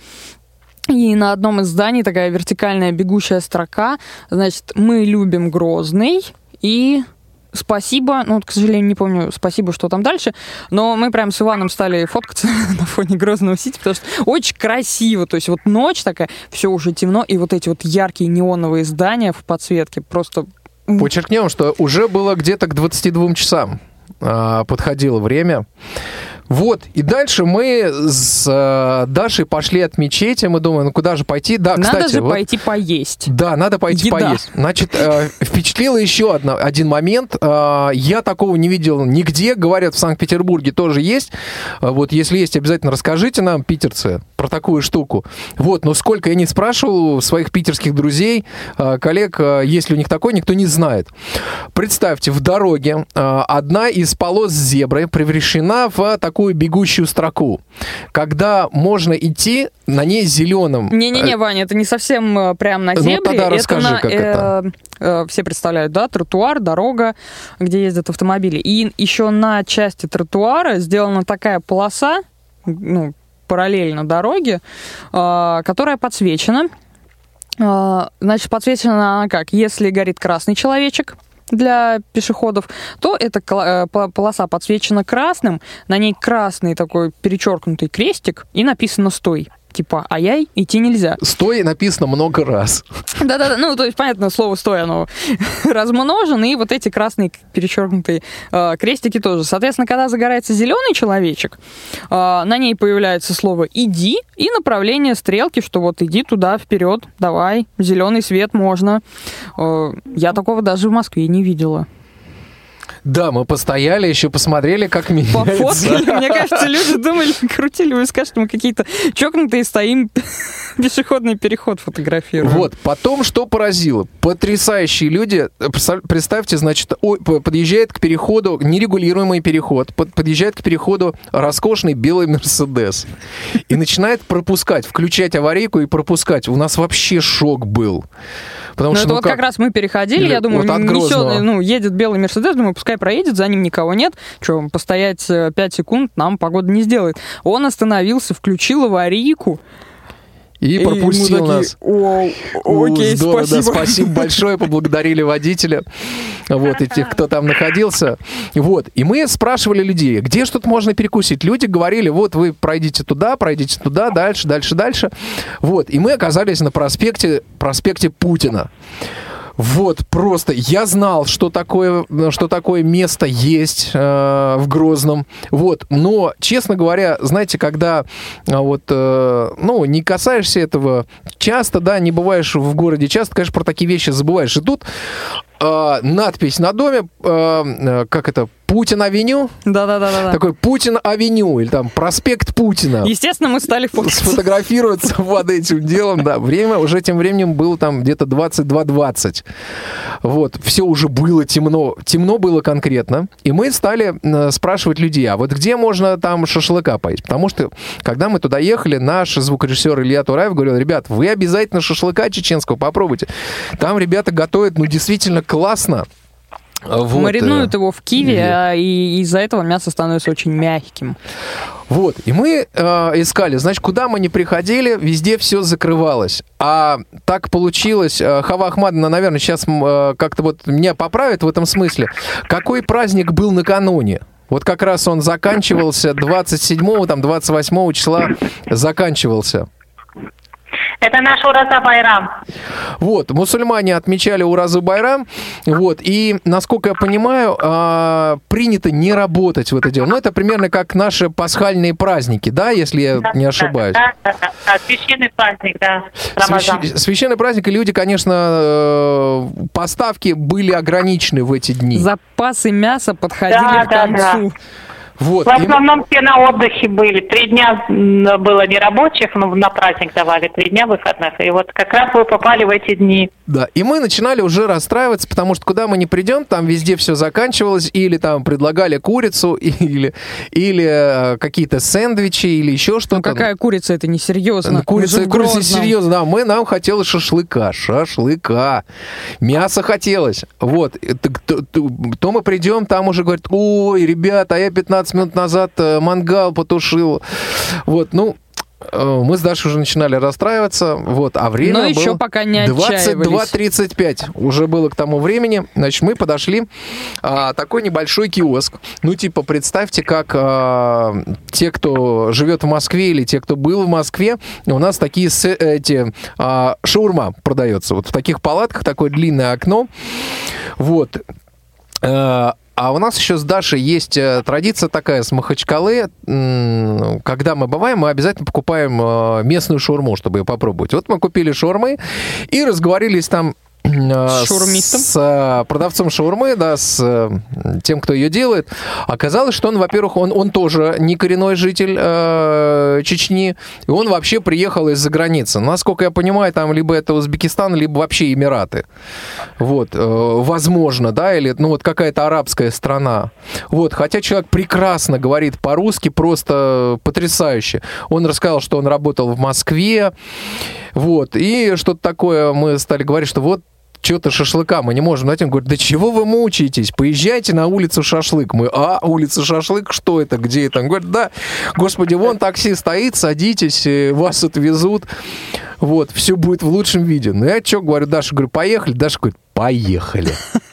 И на одном из зданий такая вертикальная бегущая строка. Значит, мы любим Грозный и спасибо, ну, к сожалению, не помню, спасибо, что там дальше, но мы прям с Иваном стали фоткаться на фоне Грозного Сити, потому что очень красиво, то есть вот ночь такая, все уже темно, и вот эти вот яркие неоновые здания в подсветке просто... Подчеркнем, что уже было где-то к двадцати двум часам. Подходило время. Вот, и дальше мы с э, Дашей пошли от мечети, мы думаем, ну куда же пойти? Да, надо кстати, же вот, пойти поесть. Да, надо пойти Еда. поесть. Значит, э, впечатлило еще одно, один момент. Э, я такого не видел нигде. Говорят, в Санкт-Петербурге тоже есть. Э, вот, если есть, обязательно расскажите нам, питерцы, про такую штуку. Вот, но сколько я не спрашивал своих питерских друзей, э, коллег, э, есть ли у них такое, никто не знает. Представьте, в дороге э, одна из полос зебры превращена в такую бегущую строку, когда можно идти на ней зеленым. Не-не-не, Ваня, это не совсем прям на зебре. Ну, тогда расскажи, это на, как э, это. Э, все представляют, да, тротуар, дорога, где ездят автомобили. И еще на части тротуара сделана такая полоса, ну, параллельно дороге, э, которая подсвечена. Э, значит, подсвечена она как? Если горит красный человечек для пешеходов, то эта полоса подсвечена красным, на ней красный такой перечеркнутый крестик и написано «Стой». Типа «Ай-яй, идти нельзя». «Стой» написано много раз. Да-да-да, ну, то есть, понятно, слово «стой», оно размножено, и вот эти красные перечеркнутые э, крестики тоже. Соответственно, когда загорается зеленый человечек, э, на ней появляется слово «иди» и направление стрелки, что вот иди туда, вперед, давай, зеленый свет можно. Э, я такого даже в Москве не видела. Да, мы постояли, еще посмотрели, как меняется. Пофоткали. Мне кажется, люди думали, крутили виска, что мы какие-то чокнутые стоим, пешеходный переход фотографируем. Вот, потом что поразило? Потрясающие люди. Представьте, значит, подъезжает к переходу, нерегулируемый переход, подъезжает к переходу роскошный белый Мерседес и начинает пропускать, включать аварийку и пропускать. У нас вообще шок был. Потому ну, что, это ну, вот как... как раз мы переходили, Или я думаю, вот несет, ну, едет белый Мерседес, думаю, пускай проедет, за ним никого нет, что, постоять пять секунд нам погода не сделает. Он остановился, включил аварийку. И, и пропустил такие, нас. О, окей, здорово, спасибо. Да, спасибо большое, поблагодарили водителя, вот, и тех, кто там находился. Вот, и мы спрашивали людей, где что-то можно перекусить. Люди говорили, вот вы пройдите туда, пройдите туда, дальше, дальше, дальше. Вот, и мы оказались на проспекте, проспекте Путина. Вот, просто я знал, что такое, что такое место есть э, в Грозном. Вот, но, честно говоря, знаете, когда э, вот, э, ну, не касаешься этого часто, да, не бываешь в городе часто, конечно, про такие вещи забываешь. И тут э, надпись на доме, э, как это, Путин-авеню. Да-да-да. Такой Путин-авеню, или там проспект Путина. Естественно, мы стали фоткаться. Сфотографироваться под этим делом, да. Время уже тем временем было там где-то двадцать два двадцать. Вот, все уже было темно. Темно было конкретно. И мы стали э, спрашивать людей, а вот где можно там шашлыка поесть? Потому что, когда мы туда ехали, наш звукорежиссер Илья Тураев говорил, ребят, вы обязательно шашлыка чеченского попробуйте. Там ребята готовят, ну, действительно классно. Вот. Маринуют его в киве, а и из-за этого мясо становится очень мягким. Вот, и мы э, искали, значит, куда мы не приходили, везде все закрывалось. А так получилось, э, Хава Ахмадовна, наверное, сейчас э, как-то вот меня поправит в этом смысле. Какой праздник был накануне? Вот как раз он заканчивался двадцать седьмого, там, двадцать восьмого числа заканчивался. Это наш Ураза Байрам. Вот, мусульмане отмечали Уразу Байрам, вот, и, насколько я понимаю, а, принято не работать в это дело. Ну, это примерно как наши пасхальные праздники, да, если я Да, не ошибаюсь. Да, да, да, да. Священный праздник, да, Рамазан. Свящ- Священный праздник, и люди, конечно, э, поставки были ограничены в эти дни. Запасы мяса подходили Да, к да, концу. Вот, В и- основном все на отдыхе были. Три дня м, было нерабочих, но на праздник давали, три дня выходных. И вот как раз вы попали в эти дни. Да, и мы начинали уже расстраиваться, потому что куда мы не придем, там везде все заканчивалось, или там предлагали курицу, или, или э, какие-то сэндвичи, или еще Ну что-то. какая курица, это несерьезно. Ну, курица, Мы же в курица Грозном. серьезно, да, мы, нам хотелось шашлыка, шашлыка, мясо хотелось, вот, И так то, то- то мы придем, там уже говорят, ой, ребята, а я пятнадцать минут назад э, мангал потушил, вот, ну, э, мы с Дашей уже начинали расстраиваться, вот, а время Но было еще пока не двадцать два отчаивались. тридцать пять уже было к тому времени, значит, мы подошли, а, такой небольшой киоск, ну, типа, представьте, как а, те, кто живет в Москве или те, кто был в Москве, у нас такие с- эти а, шаурма продается, вот в таких палатках, такое длинное окно, вот. Э, А у нас еще с Дашей есть э, традиция такая с Махачкалы. М, Когда мы бываем, мы обязательно покупаем э, местную шаурму, чтобы ее попробовать. Вот мы купили шаурмы и разговорились там э, С шаурмистом? с э, продавцом шаурмы, да, с э, тем, кто ее делает. Оказалось, что он, во-первых, он, он тоже не коренной житель э, Чечни, и он вообще приехал из-за границы. Насколько я понимаю, там либо это Узбекистан, либо вообще Эмираты. Вот, э, возможно, да, или, ну, вот какая-то арабская страна. Вот, хотя человек прекрасно говорит по-русски, просто потрясающе. Он рассказал, что он работал в Москве, вот, и что-то такое мы стали говорить, что вот, что-то шашлыка мы не можем найти. Он говорит, да чего вы мучаетесь? Поезжайте на улицу Шашлык. Мы, а, улица Шашлык, что это, где это? Он говорит, да, господи, вон такси стоит, садитесь, э, вас отвезут. Вот, все будет в лучшем виде. Ну, я что говорю, Даша, говорю, поехали? Даша говорит, поехали.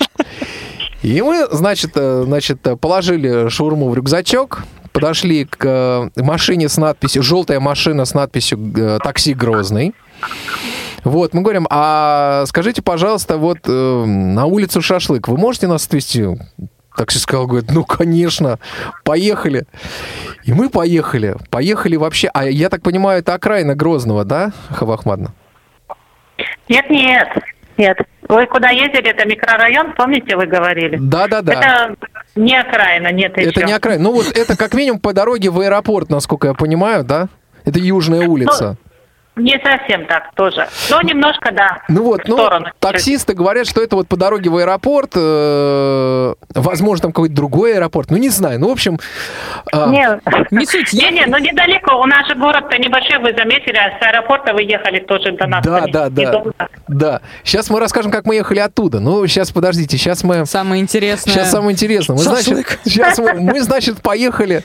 И мы, значит, э, значит, положили шаурму в рюкзачок, подошли к э, машине с надписью, желтая машина с надписью э, «Такси Грозный». Вот, мы говорим, а скажите, пожалуйста, вот э, на улицу Шашлык вы можете нас отвезти? Такси сказал, говорит, ну, конечно, поехали. И мы поехали, поехали вообще. А я так понимаю, это окраина Грозного, да, Хава Ахмадовна? Нет, нет, нет. Вы куда ездили? Это микрорайон, помните, вы говорили? Да-да-да. Это не окраина, нет Это еще. не окраина. Ну, вот это как минимум по дороге в аэропорт, насколько я понимаю, да? Это Южная улица. Не совсем так тоже. Но немножко, да. Ну вот, в ну, сторону. таксисты говорят, что это вот по дороге в аэропорт, э, возможно, там какой-то другой аэропорт, ну, не знаю, ну, в общем... э, Нет. Не суть. Не, не, ну недалеко. У нас же город-то небольшой, вы заметили, а с аэропорта вы ехали тоже до нас. Да, не- да, да, недолго. да. Сейчас мы расскажем, как мы ехали оттуда. Ну, сейчас, подождите, сейчас мы... Самое интересное. Сейчас самое интересное. Мы, значит, Шашлык. сейчас мы, мы, значит, поехали...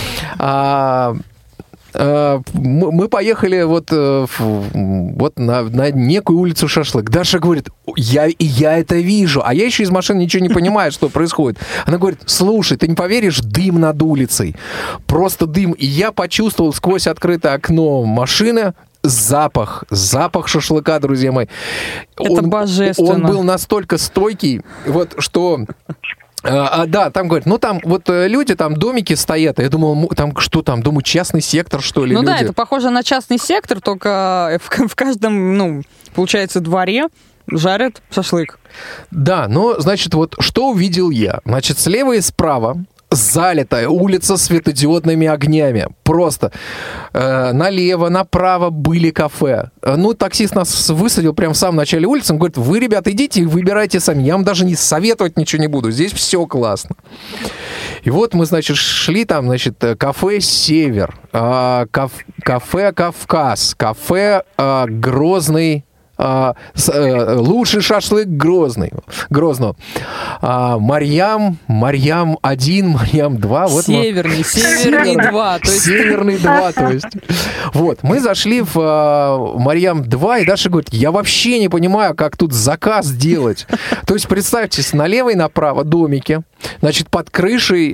а, а, мы мы поехали вот, э, в- вот на, на некую улицу Шашлык. Даша говорит, я, и я это вижу. А я еще из машины ничего не понимаю, что происходит. Она говорит, слушай, ты не поверишь, дым над улицей. Просто дым. И я почувствовал сквозь открытое окно машины запах, запах шашлыка, друзья мои. Это он, божественно. Он был настолько стойкий, вот, что... А, а, да, там говорят, ну там вот э, люди, там домики стоят, а я думал, м- там что там, думаю, частный сектор, что ли, Ну люди? да, это похоже на частный сектор, только в, в каждом, ну, получается, дворе жарят шашлык. Да, но, значит, вот что увидел я? Значит, слева и справа залитая улица светодиодными огнями. Просто э, налево, направо были кафе. Э, Ну, таксист нас высадил прямо в самом начале улицы. Он говорит, вы, ребята, идите и выбирайте сами. Я вам даже не советовать ничего не буду. Здесь все классно. И вот мы, значит, шли там, значит, кафе «Север», э, каф- кафе «Кавказ», кафе э, «Грозный», а, с, э, лучший шашлык Грозный, Грозного. А, Марьям, Марьям один, Марьям два. Вот мы- Северный, Северный два. То есть Северный два, то есть. Вот, мы зашли в э, Марьям два, и Даша говорит, я вообще не понимаю, как тут заказ делать. То есть, представьте, налево и направо домики, значит, под крышей, э,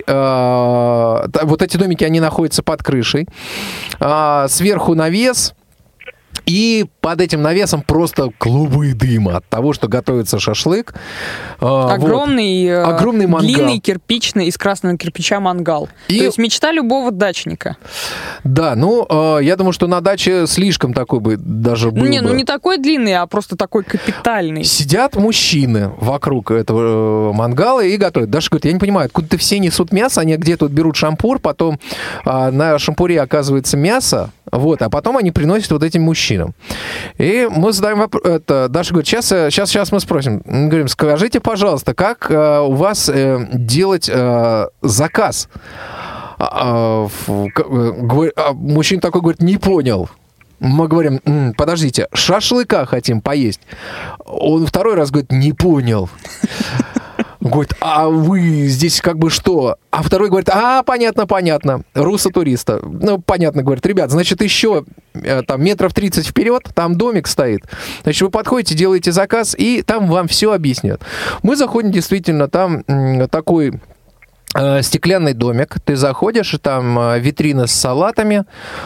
та- вот эти домики, они находятся под крышей, а, сверху навес, И под этим навесом просто клубы дыма от того, что готовится шашлык. Огромный, вот. Огромный мангал. Длинный, кирпичный, из красного кирпича мангал. И... То есть мечта любого дачника. Да, ну, я думаю, что на даче слишком такой бы даже был Не, бы. ну не такой длинный, а просто такой капитальный. Сидят мужчины вокруг этого мангала и готовят. Даша говорит, я не понимаю, откуда-то все несут мясо, они где-то вот берут шампур, потом а, на шампуре оказывается мясо, вот, а потом они приносят вот этим мужчинам. И мы задаем вопрос. Это, Даша говорит, сейчас, сейчас, сейчас мы спросим. Мы говорим, скажите, пожалуйста, как э, у вас э, делать э, заказ? А, э, а, мужчина такой говорит, не понял. Мы говорим, м-м, подождите, шашлыка хотим поесть. Он второй раз говорит, не понял. Говорит, а вы здесь как бы что? А второй говорит, а, понятно, понятно. Руссо-туриста. Ну, понятно, говорит, ребят, значит, еще там метров тридцать вперед, там домик стоит. Значит, вы подходите, делаете заказ, и там вам все объяснят. Мы заходим, действительно, там м, такой... стеклянный домик, ты заходишь, и там витрина с салатами.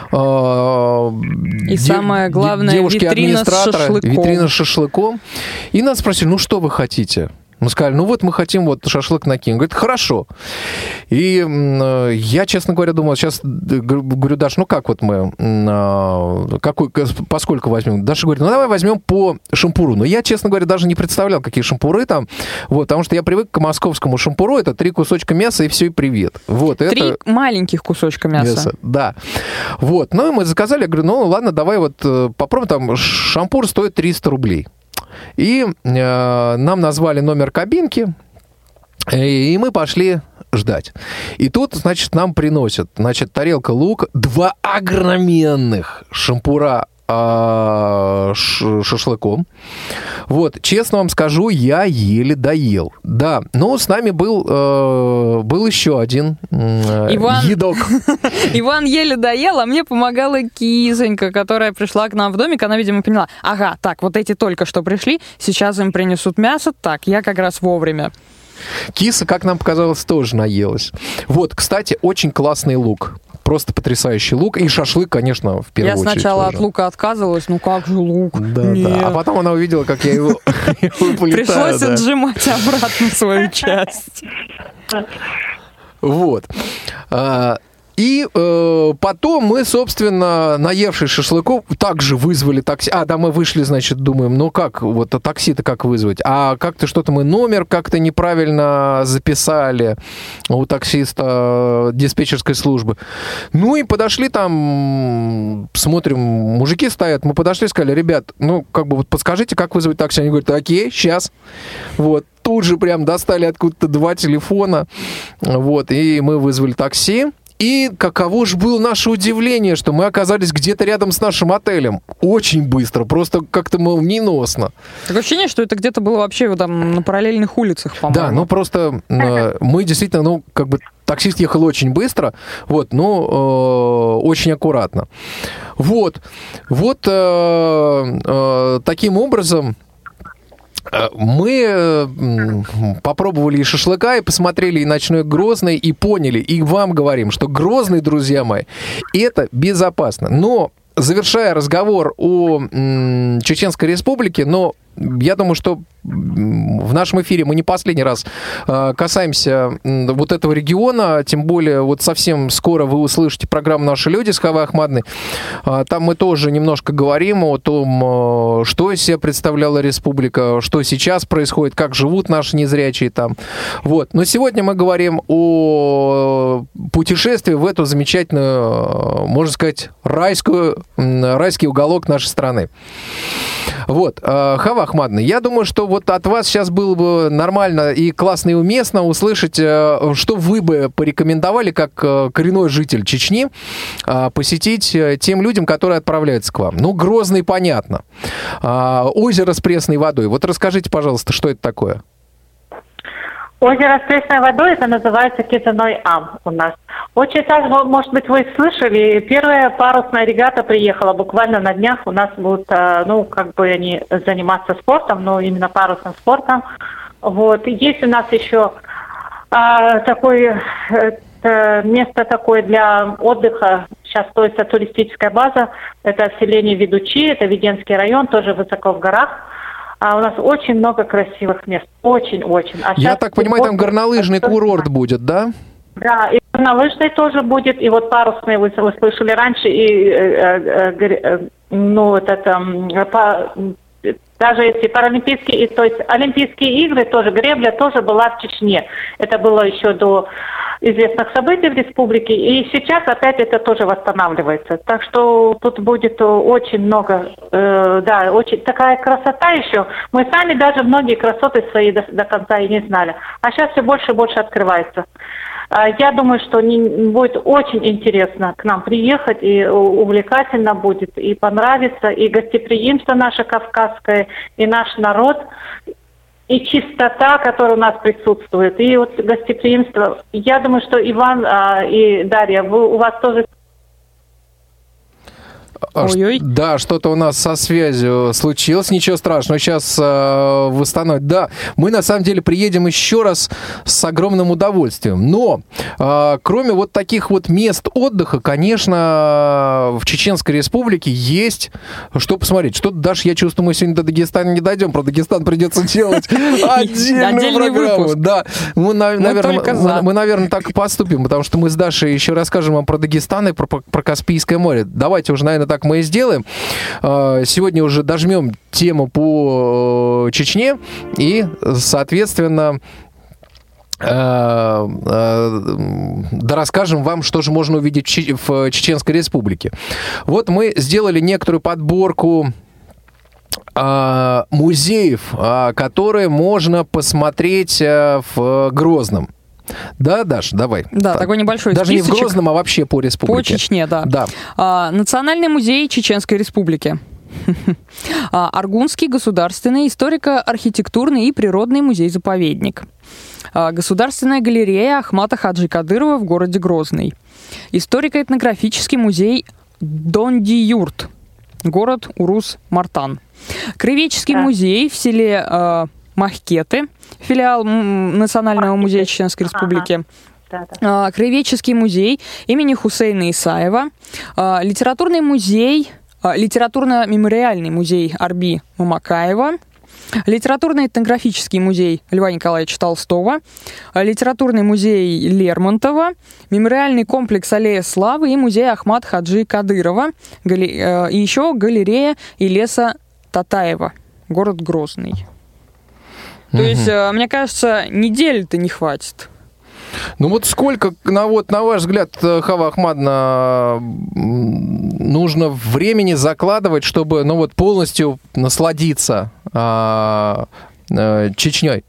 И дев, самое главное, витрина с шашлыком. Витрина с шашлыком. И нас спросили, ну что вы хотите? Мы сказали, ну вот мы хотим вот шашлык накинуть. Говорит, хорошо. И э, я, честно говоря, думал, сейчас, говорю, Даш, ну как вот мы, э, какой, поскольку возьмем? Даша говорит, ну давай возьмем по шампуру. Но я, честно говоря, даже не представлял, какие шампуры там, вот, потому что я привык к московскому шампуру, это три кусочка мяса и все, и привет. Вот, три это... маленьких кусочка мяса. мяса. Да. Вот, ну и мы заказали, я говорю, ну ладно, давай вот попробуем, там шампур стоит триста рублей. И э, нам назвали номер кабинки, и, и мы пошли ждать. И тут, значит, нам приносят, значит, тарелка лука, два огроменных шампура э, ш, шашлыком. Вот, честно вам скажу, я еле доел. Да, но с нами был, э, был еще один э, Иван... едок. Иван еле доел, а мне помогала кисонька, которая пришла к нам в домик. Она, видимо, поняла, ага, так, вот эти только что пришли, сейчас им принесут мясо, так, я как раз вовремя. Киса, как нам показалось, тоже наелась. Вот, кстати, очень классный лук. Просто потрясающий лук. И шашлык, конечно, в первую очередь. Я сначала тоже. от лука отказывалась, ну как же лук? Да, да. А потом она увидела, как я его выполетаю. Пришлось отжимать обратно свою часть. Вот. И э, потом мы, собственно, наевшись шашлыков, также вызвали такси. А, да, мы вышли, значит, думаем, ну как, вот а такси-то как вызвать? А как-то что-то мы номер как-то неправильно записали у таксиста диспетчерской службы. Ну и подошли там, смотрим, мужики стоят, мы подошли, сказали, ребят, ну как бы вот подскажите, как вызвать такси? Они говорят, окей, сейчас. Вот. Тут же прям достали откуда-то два телефона, вот, и мы вызвали такси. И каково же было наше удивление, что мы оказались где-то рядом с нашим отелем. Очень быстро, просто как-то молниеносно. Такое ощущение, что это где-то было вообще там на параллельных улицах, по-моему. Да, ну просто э, мы действительно, ну, как бы таксист ехал очень быстро, вот, но э, очень аккуратно. Вот, вот э, э, таким образом... Мы попробовали и шашлыка, и посмотрели и ночной Грозный, и поняли, и вам говорим, что Грозный, друзья мои, это безопасно. Но, завершая разговор о м, Чеченской Республике, но я думаю, что в нашем эфире мы не последний раз э, касаемся э, вот этого региона, тем более вот совсем скоро вы услышите программу «Наши люди» с Хавой Ахмадной. Э, там мы тоже немножко говорим о том, э, что из себя представляла республика, что сейчас происходит, как живут наши незрячие там. Вот. Но сегодня мы говорим о путешествии в эту замечательную, можно сказать, райскую, райский уголок нашей страны. Вот. Э, Хава Ахмадовна, я думаю, что вот от вас сейчас было бы нормально и классно и уместно услышать, что вы бы порекомендовали как коренной житель Чечни посетить тем людям, которые отправляются к вам. Ну, Грозный, понятно. Озеро с пресной водой. Вот расскажите, пожалуйста, что это такое? Озеро с пресной водой, это называется Кизаной Ам у нас. Очень так, может быть, вы слышали, первая парусная регата приехала буквально на днях. У нас будут, ну, как бы они заниматься спортом, но именно парусным спортом. Вот. И есть у нас еще а, такое место такое для отдыха, сейчас строится туристическая база. Это селение Ведучи, это Веденский район, тоже высоко в горах. А у нас очень много красивых мест. Очень-очень. А Я так понимаю, там горнолыжный курорт будет, да? Да, и горнолыжный тоже будет, и вот парусный, вы, вы слышали раньше, и э, э, э, ну, вот это, по, даже эти паралимпийские, и, то есть Олимпийские игры тоже, гребля тоже была в Чечне. Это было еще до известных событий в республике, и сейчас опять это тоже восстанавливается. Так что тут будет очень много, э, да, очень такая красота еще. Мы сами даже многие красоты свои до, до конца и не знали. А сейчас все больше и больше открывается. Я думаю, что будет очень интересно к нам приехать, и увлекательно будет, и понравится, и гостеприимство наше кавказское, и наш народ, и чистота, которая у нас присутствует, и вот гостеприимство. Я думаю, что Иван и Дарья, вы, у вас тоже... Ой-ой. Да, что-то у нас со связью случилось, ничего страшного, сейчас э, восстановить. Да, мы на самом деле приедем еще раз с огромным удовольствием. Но э, кроме вот таких вот мест отдыха, конечно, в Чеченской Республике есть что посмотреть. Что-то, Даша, я чувствую, мы сегодня до Дагестана не дойдем, про Дагестан придется делать отдельную программу. Да, мы, наверное, так и поступим, потому что мы с Дашей еще расскажем вам про Дагестан и про Каспийское море. Давайте уже, наверное, так мы и сделаем. Сегодня уже дожмем тему по Чечне и, соответственно, да расскажем вам, что же можно увидеть в Чеченской Республике. Вот мы сделали некоторую подборку музеев, которые можно посмотреть в Грозном. Да, Даш, давай. Да, так, такой небольшой даже списочек. Не в Грозном, а вообще по республике. По Чечне, да. да. А, Национальный музей Чеченской Республики. Аргунский государственный историко-архитектурный и природный музей-заповедник. Государственная галерея Ахмата Хаджи Кадырова в городе Грозный. Историко-этнографический музей Дондиюрт, город Урус-Мартан. Краеведческий да. музей в селе э, Махкеты, филиал Национального Махкеты. музея Чеченской Республики. Ага. Да, да. Краеведческий музей имени Хусейна Исаева. Литературный музей, литературно-мемориальный музей Арби Мамакаева. Литературно-этнографический музей Льва Николаевича Толстого, литературный музей Лермонтова, мемориальный комплекс Аллея Славы и музей Ахмат Хаджи Кадырова, и еще галерея Илеса Татаева, город Грозный. То угу. есть, мне кажется, недели-то не хватит. Ну вот сколько, на, вот, на ваш взгляд, Хава Ахмадовна, нужно времени закладывать, чтобы ну, вот, полностью насладиться а, а, Чечней?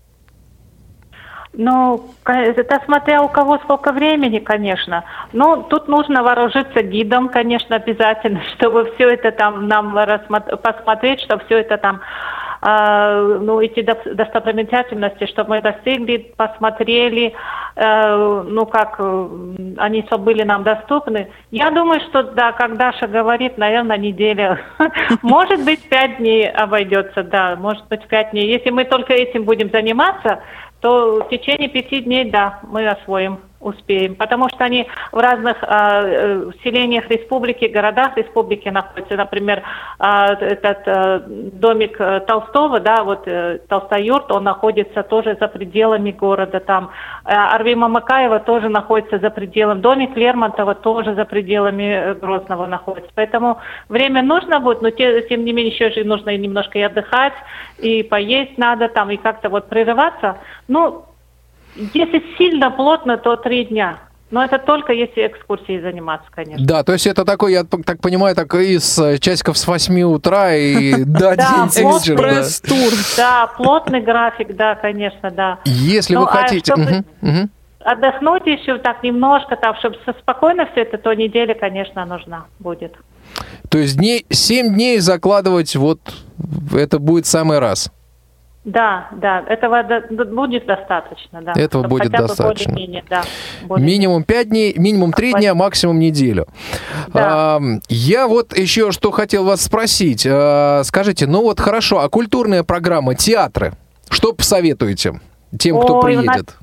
Ну, это смотря у кого сколько времени, конечно. Но тут нужно вооружиться гидом, конечно, обязательно, чтобы все это там нам посмотреть, чтобы все это там... ну, эти достопримечательности, чтобы мы достигли, посмотрели, ну, как они все были нам доступны. Я думаю, что, да, как Даша говорит, наверное, неделя. Может быть, пять дней обойдется, да, может быть, пять дней. Если мы только этим будем заниматься, то в течение пяти дней, да, мы освоим, успеем. Потому что они в разных э, селениях республики, городах республики находятся. Например, э, этот э, домик Толстого, да, вот э, Толстоюрт, он находится тоже за пределами города. Там э, Арви Мамакаева тоже находится за пределами. Домик Лермонтова тоже за пределами Грозного находится. Поэтому время нужно будет, но те, тем не менее еще же нужно немножко и отдыхать, и поесть надо там, и как-то вот прерываться. Ну, если сильно плотно, то три дня. Но это только если экскурсией заниматься, конечно. Да, то есть это такой, я так понимаю, так из часиков с восьми утра и до одиннадцати вечера. Экспресс-тур. Да, плотный график, да, конечно, да. Если вы хотите... Отдохнуть еще так немножко, так, чтобы спокойно все это, то неделя, конечно, нужна будет. То есть дней, семь дней закладывать, вот это будет самый раз? Да, да, этого будет достаточно, да. Этого будет достаточно. Да, минимум пять дней, минимум три дня, максимум неделю. Да. А, я вот еще что хотел вас спросить. А, скажите, ну вот хорошо, а культурная программа, театры, что посоветуете тем, кто Ой, приедет?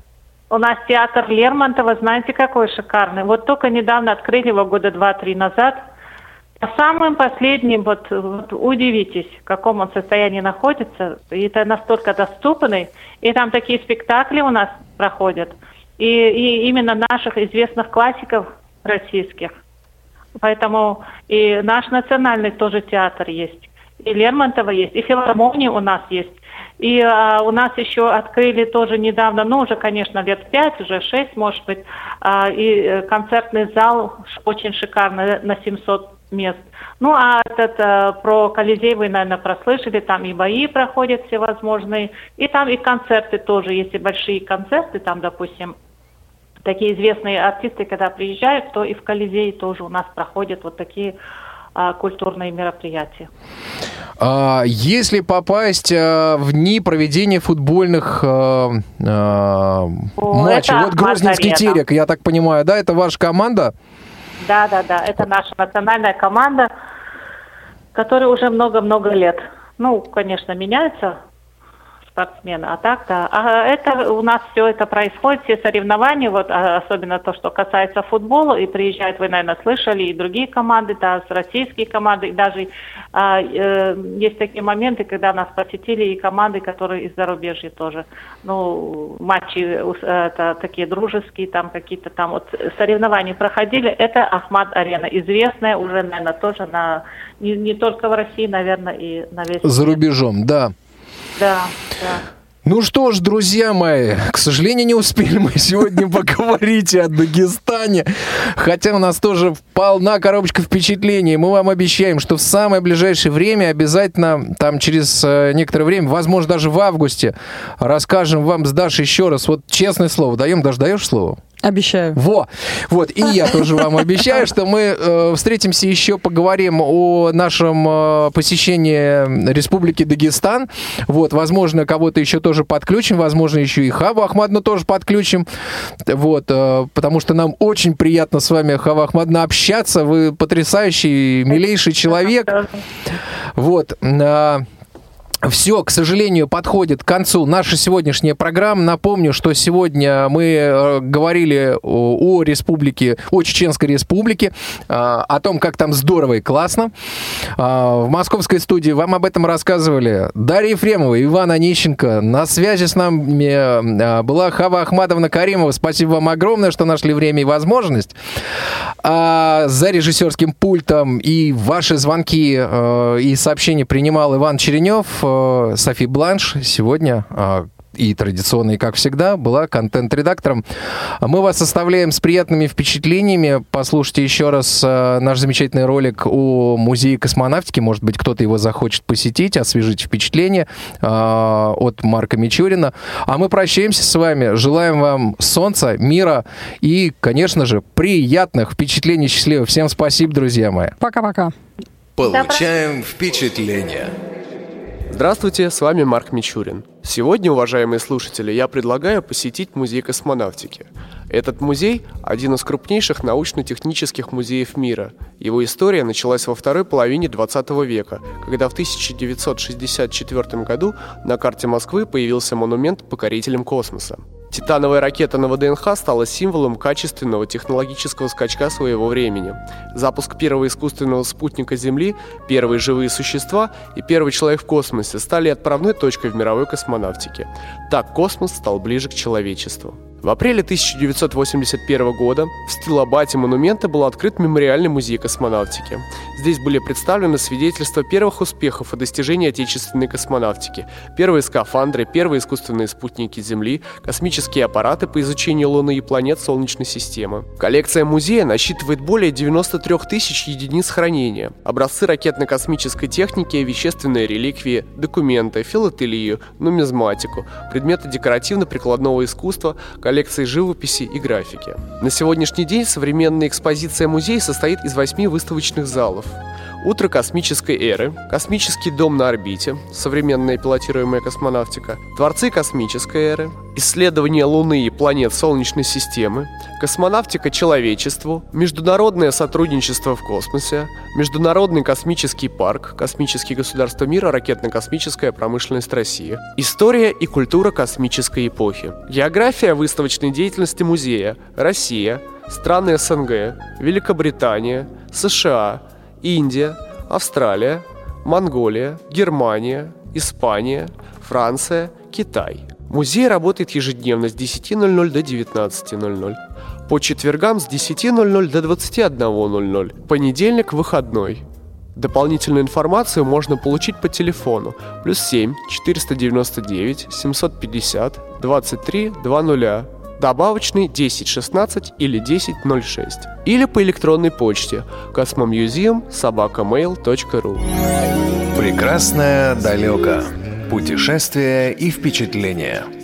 У нас театр Лермонтова, знаете, какой шикарный. Вот только недавно открыли его года два-три назад. По самым последним, вот, вот удивитесь, в каком он состоянии находится. И это настолько доступный. И там такие спектакли у нас проходят. И, и именно наших известных классиков российских. Поэтому и наш национальный тоже театр есть. И Лермонтова есть, и филармония у нас есть. И а, у нас еще открыли тоже недавно, ну уже, конечно, лет пять, уже шесть, может быть, а, и концертный зал очень шикарный, на семьсот мест. Ну, а этот, а, про Колизей вы, наверное, прослышали, там и бои проходят всевозможные, и там и концерты тоже, если большие концерты, там, допустим, такие известные артисты, когда приезжают, то и в Колизее тоже у нас проходят вот такие а, культурные мероприятия. А если попасть а, в дни проведения футбольных а, а, О, матчей, вот Грозненский Терек, я так понимаю, да, это ваша команда? Да, да, да, это наша национальная команда, которая уже много-много лет. Ну, конечно, меняется спортсмены, а так, да. А это у нас все это происходит, все соревнования, вот особенно то, что касается футбола, и приезжают, вы, наверное, слышали, и другие команды, да, с российские команды, и даже а, э, есть такие моменты, когда нас посетили и команды, которые из зарубежья тоже. Ну, матчи это такие дружеские, там какие-то там вот соревнования проходили. Это Ахмад-арена, известная уже, наверное, тоже на не, не только в России, наверное, и на весь За рубежом, да. Да, да. Ну что ж, друзья мои, к сожалению, не успели мы сегодня поговорить о Дагестане, хотя у нас тоже полна коробочка впечатлений. Мы вам обещаем, что в самое ближайшее время обязательно, там через некоторое время, возможно, даже в августе, расскажем вам с Дашей еще раз. Вот честное слово, даем, Даш, даешь слово? Обещаю. Во! Вот, и я тоже вам обещаю, что мы э, встретимся еще, поговорим о нашем э, посещении Республики Дагестан. Вот, возможно, кого-то еще тоже подключим, возможно, еще и Хаву Ахмадовну тоже подключим. Вот, э, потому что нам очень приятно с вами, Хава Ахмадовна, общаться. Вы потрясающий, милейший человек. Вот. Э, Все, к сожалению, подходит к концу наша сегодняшняя программа. Напомню, что сегодня мы говорили о, о республике, о Чеченской республике, о том, как там здорово и классно. В московской студии вам об этом рассказывали Дарья Ефремова, Иван Онищенко. На связи с нами была Хава Ахмадовна Каримова. Спасибо вам огромное, что нашли время и возможность. А за режиссерским пультом и ваши звонки и сообщения принимал Иван Черенев. Софи Бланш сегодня и традиционно, и как всегда, была контент-редактором. Мы вас оставляем с приятными впечатлениями. Послушайте еще раз наш замечательный ролик о музее космонавтики. Может быть, кто-то его захочет посетить, освежить впечатления от Марка Мичурина. А мы прощаемся с вами. Желаем вам солнца, мира и, конечно же, приятных впечатлений. Счастливо. Всем спасибо, друзья мои. Пока-пока. Получаем впечатление. Здравствуйте, с вами Марк Мичурин. Сегодня, уважаемые слушатели, я предлагаю посетить музей космонавтики. Этот музей – один из крупнейших научно-технических музеев мира. Его история началась во второй половине двадцатого века, когда в тысяча девятьсот шестьдесят четвёртом году на карте Москвы появился монумент покорителям космоса. Титановая ракета на ВДНХ стала символом качественного технологического скачка своего времени. Запуск первого искусственного спутника Земли, первые живые существа и первый человек в космосе стали отправной точкой в мировой космонавтике. Так космос стал ближе к человечеству. В апреле тысяча девятьсот восемьдесят первого года в Стилобате монумента был открыт мемориальный музей космонавтики. Здесь были представлены свидетельства первых успехов и достижений отечественной космонавтики, первые скафандры, первые искусственные спутники Земли, космические аппараты по изучению Луны и планет Солнечной системы. Коллекция музея насчитывает более девяноста трёх тысяч единиц хранения, образцы ракетно-космической техники, вещественные реликвии, документы, филателию, нумизматику, предметы декоративно-прикладного искусства, коллекции живописи и графики. На сегодняшний день современная экспозиция музея состоит из восьми выставочных залов. Утро космической эры, космический дом на орбите, современная пилотируемая космонавтика, творцы космической эры, исследование Луны и планет Солнечной системы, космонавтика человечеству, международное сотрудничество в космосе, Международный космический парк, космические государства мира, ракетно-космическая промышленность России, история и культура космической эпохи, география выставочной деятельности музея, Россия, страны СНГ, Великобритания, США, Индия, Австралия, Монголия, Германия, Испания, Франция, Китай. Музей работает ежедневно с десяти ноль-ноль до девятнадцати ноль-ноль. По четвергам с десяти ноль-ноль до двадцати одного ноль-ноль. Понедельник – выходной. Дополнительную информацию можно получить по телефону плюс семь четыреста девяносто девять семьсот пятьдесят двадцать три двадцать, добавочный десять шестнадцать или десять ноль шесть. Или по электронной почте космомьюзиум собака мейл точка ру. Прекрасное далеко. Путешествия и впечатления.